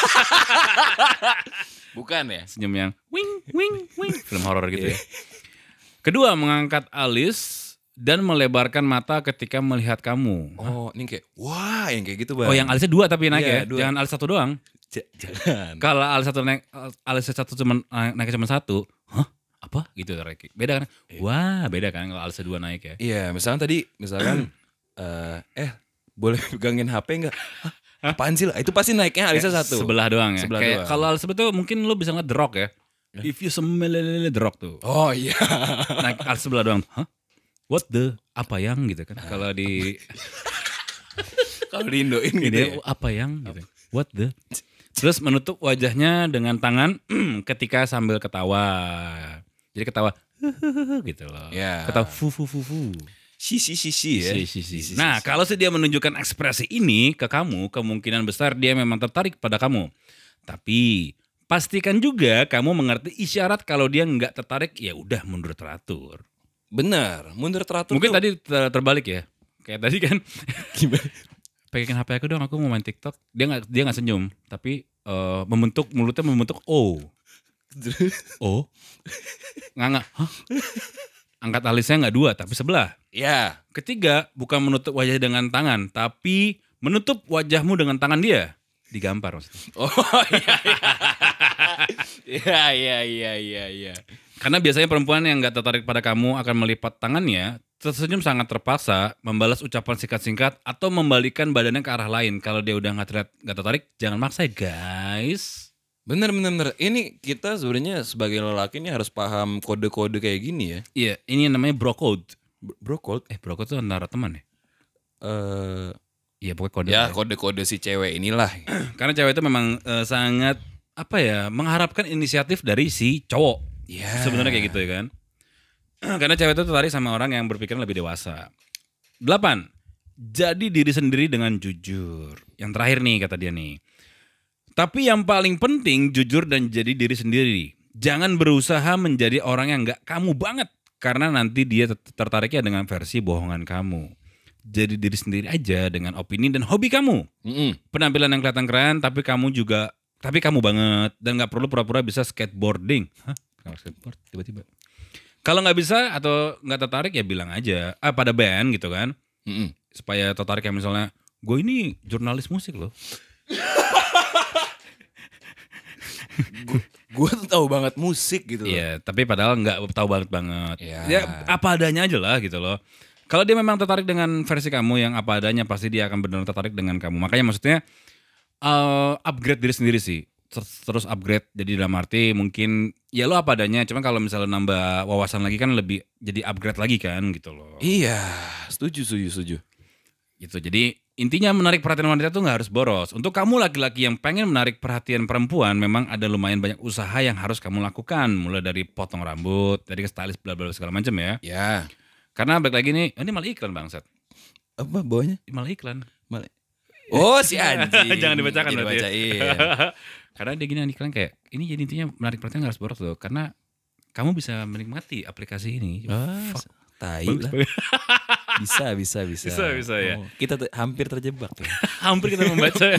[SPEAKER 1] Bukan ya?
[SPEAKER 2] Senyum yang wing, wing, wing. Film horor gitu ya. Kedua, mengangkat alis dan melebarkan mata ketika melihat kamu.
[SPEAKER 1] Oh, ini kayak wah, yang kayak gitu bang.
[SPEAKER 2] Oh, yang alisnya dua tapi naik
[SPEAKER 1] Iya,
[SPEAKER 2] ya.
[SPEAKER 1] dua.
[SPEAKER 2] Jangan alis satu doang.
[SPEAKER 1] J- jangan.
[SPEAKER 2] Kalau alis satu naik, alis satu cuma naik cuma satu, hah? Apa? Gitu Reki. Beda kan? Wah, beda kan kalau alis dua naik ya.
[SPEAKER 1] Iya, misalkan tadi, misalkan eh, eh boleh pegangin H P nggak? Hah? Apaan sih lah? Itu pasti naiknya alisnya satu.
[SPEAKER 2] Sebelah doang ya.
[SPEAKER 1] Sebelah
[SPEAKER 2] Kayak
[SPEAKER 1] doang.
[SPEAKER 2] kalau alis sebelah tuh mungkin lu bisa ngeliat The Rock ya. If you smell The Rock tuh.
[SPEAKER 1] Oh iya.
[SPEAKER 2] Naik alis sebelah doang. Hah? What the? Apa yang gitu kan? Kalau di
[SPEAKER 1] Kalau di Indoin gitu
[SPEAKER 2] ini
[SPEAKER 1] ya.
[SPEAKER 2] apa yang gitu. What the? Terus menutup wajahnya dengan tangan ketika sambil ketawa. Jadi ketawa gitu loh.
[SPEAKER 1] Ya.
[SPEAKER 2] Ketawa fu fu fu fu.
[SPEAKER 1] Si si si si ya.
[SPEAKER 2] Si, si, si. Nah, kalau sih dia menunjukkan ekspresi ini ke kamu, kemungkinan besar dia memang tertarik pada kamu. Tapi pastikan juga kamu mengerti isyarat kalau dia nggak tertarik, ya udah mundur teratur.
[SPEAKER 1] Benar, mundur teratur.
[SPEAKER 2] Mungkin
[SPEAKER 1] tuh-
[SPEAKER 2] tadi ter- terbalik ya. Kayak tadi kan
[SPEAKER 1] gimana?
[SPEAKER 2] pegang H P aku dong, aku mau main TikTok. Dia nggak dia nggak senyum, tapi eh, membentuk mulutnya membentuk O. O. Nggak nggak. Hah? Angkat alisnya nggak dua, tapi sebelah.
[SPEAKER 1] Ya.
[SPEAKER 2] Ketiga, bukan menutup wajah dengan tangan, tapi menutup wajahmu dengan tangan dia. Digampar maksudnya.
[SPEAKER 1] Oh iya iya. Iya iya iya iya iya.
[SPEAKER 2] Karena biasanya perempuan yang gak tertarik pada kamu akan melipat tangannya, tersenyum sangat terpaksa, membalas ucapan singkat-singkat, atau membalikan badannya ke arah lain. Kalau dia udah gak, terlihat, gak tertarik, jangan maksa ya guys.
[SPEAKER 1] Bener, bener, bener. Ini kita sebenarnya sebagai lelaki ini harus paham kode-kode kayak gini ya.
[SPEAKER 2] Iya, ini namanya bro code.
[SPEAKER 1] Bro code?
[SPEAKER 2] Eh bro code tuh antara teman ya?
[SPEAKER 1] Eh,
[SPEAKER 2] Iya pokoknya kode.
[SPEAKER 1] ya kode-kode si cewek inilah.
[SPEAKER 2] Karena cewek itu memang uh, sangat apa ya, mengharapkan inisiatif dari si cowok.
[SPEAKER 1] Iya.
[SPEAKER 2] Sebenarnya kayak gitu ya kan. Karena cewek itu tertarik sama orang yang berpikiran lebih dewasa. Delapan, jadi diri sendiri dengan jujur. Yang terakhir nih kata dia nih. Tapi yang paling penting jujur dan jadi diri sendiri. Jangan berusaha menjadi orang yang gak kamu banget. Karena nanti dia tertariknya dengan versi bohongan kamu. Jadi diri sendiri aja dengan opini dan hobi kamu.
[SPEAKER 1] Mm-mm.
[SPEAKER 2] Penampilan yang kelihatan keren tapi kamu juga, tapi kamu banget. Dan gak perlu pura-pura bisa skateboarding. Hah? Kenapa skateboard tiba-tiba? Kalau gak bisa atau gak tertarik ya bilang aja. Ah pada band gitu kan.
[SPEAKER 1] Mm-mm.
[SPEAKER 2] Supaya tertarik kayak misalnya, gue ini jurnalis musik loh.
[SPEAKER 1] Gue tuh tahu banget musik gitu.
[SPEAKER 2] Iya, tapi padahal nggak tahu banget banget.
[SPEAKER 1] Iya.
[SPEAKER 2] Ya apa adanya aja lah gitu loh. Kalau dia memang tertarik dengan versi kamu yang apa adanya, pasti dia akan benar tertarik dengan kamu. Makanya maksudnya uh, upgrade diri sendiri sih. Terus upgrade jadi dalam arti mungkin ya lo apa adanya. Cuma kalau misalnya nambah wawasan lagi kan lebih jadi upgrade lagi kan gitu loh.
[SPEAKER 1] Iya, setuju, setuju, setuju.
[SPEAKER 2] Gitu. Jadi intinya menarik perhatian wanita tuh nggak harus boros. Untuk kamu laki-laki yang pengen menarik perhatian perempuan, memang ada lumayan banyak usaha yang harus kamu lakukan. Mulai dari potong rambut, dari ke stylist, bla bla segala macam ya.
[SPEAKER 1] Ya.
[SPEAKER 2] Karena balik lagi nih, ini malah iklan bangsat.
[SPEAKER 1] Apa bawahnya?
[SPEAKER 2] Malah iklan.
[SPEAKER 1] Malah. Oh si anjing.
[SPEAKER 2] Jangan dibacakan
[SPEAKER 1] Jadi
[SPEAKER 2] berarti.
[SPEAKER 1] bacain.
[SPEAKER 2] Karena dia gini iklan kayak, ini jadi intinya menarik perhatian nggak harus boros loh. Karena kamu bisa menikmati aplikasi ini.
[SPEAKER 1] Oh, tai lah. Bisa, bisa, bisa.
[SPEAKER 2] Bisa, bisa ya.
[SPEAKER 1] Oh, kita te- hampir terjebak tuh.
[SPEAKER 2] Hampir kita membaca.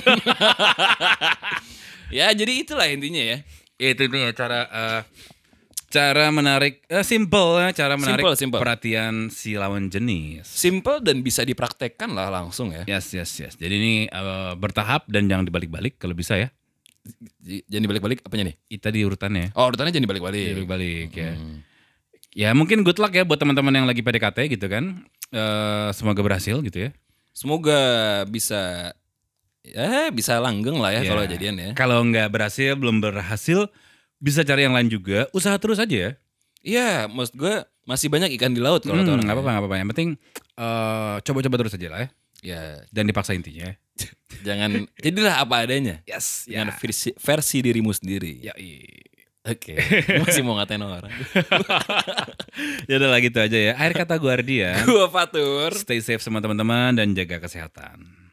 [SPEAKER 1] Ya jadi itulah intinya ya.
[SPEAKER 2] Itu intinya cara uh, cara menarik, uh, simple ya, cara menarik
[SPEAKER 1] Simple, simple.
[SPEAKER 2] perhatian si lawan jenis.
[SPEAKER 1] Simple dan bisa dipraktekkan lah langsung ya.
[SPEAKER 2] Yes, yes, yes. Jadi ini uh, bertahap dan jangan dibalik-balik kalau bisa ya.
[SPEAKER 1] J- Jangan dibalik-balik apanya nih?
[SPEAKER 2] Itu tadi urutannya.
[SPEAKER 1] Oh urutannya jangan dibalik-balik.
[SPEAKER 2] Dibalik-balik ya.
[SPEAKER 1] Hmm.
[SPEAKER 2] Ya mungkin good luck ya buat teman-teman yang lagi P D K T gitu kan. Uh, semoga berhasil gitu ya.
[SPEAKER 1] Semoga bisa ya bisa langgeng lah ya,
[SPEAKER 2] Ya.
[SPEAKER 1] kalau jadian ya.
[SPEAKER 2] Kalau nggak berhasil, belum berhasil, bisa cari yang lain juga. Usaha terus aja ya.
[SPEAKER 1] Iya, maksud gue masih banyak ikan di laut kalau kata
[SPEAKER 2] Hmm,
[SPEAKER 1] orang.
[SPEAKER 2] nggak apa-apa, nggak apa-apa. Yang penting uh, coba-coba terus aja lah ya.
[SPEAKER 1] Ya,
[SPEAKER 2] Dan dipaksa intinya.
[SPEAKER 1] jangan jadilah apa adanya.
[SPEAKER 2] Yes.
[SPEAKER 1] Dengan versi, versi dirimu sendiri.
[SPEAKER 2] Ya.
[SPEAKER 1] Oke. Masih mau ngatain orang.
[SPEAKER 2] Ya udah lah gitu aja ya. Akhir kata Guardian.
[SPEAKER 1] Gua Fatur.
[SPEAKER 2] Stay safe sama teman-teman dan jaga kesehatan.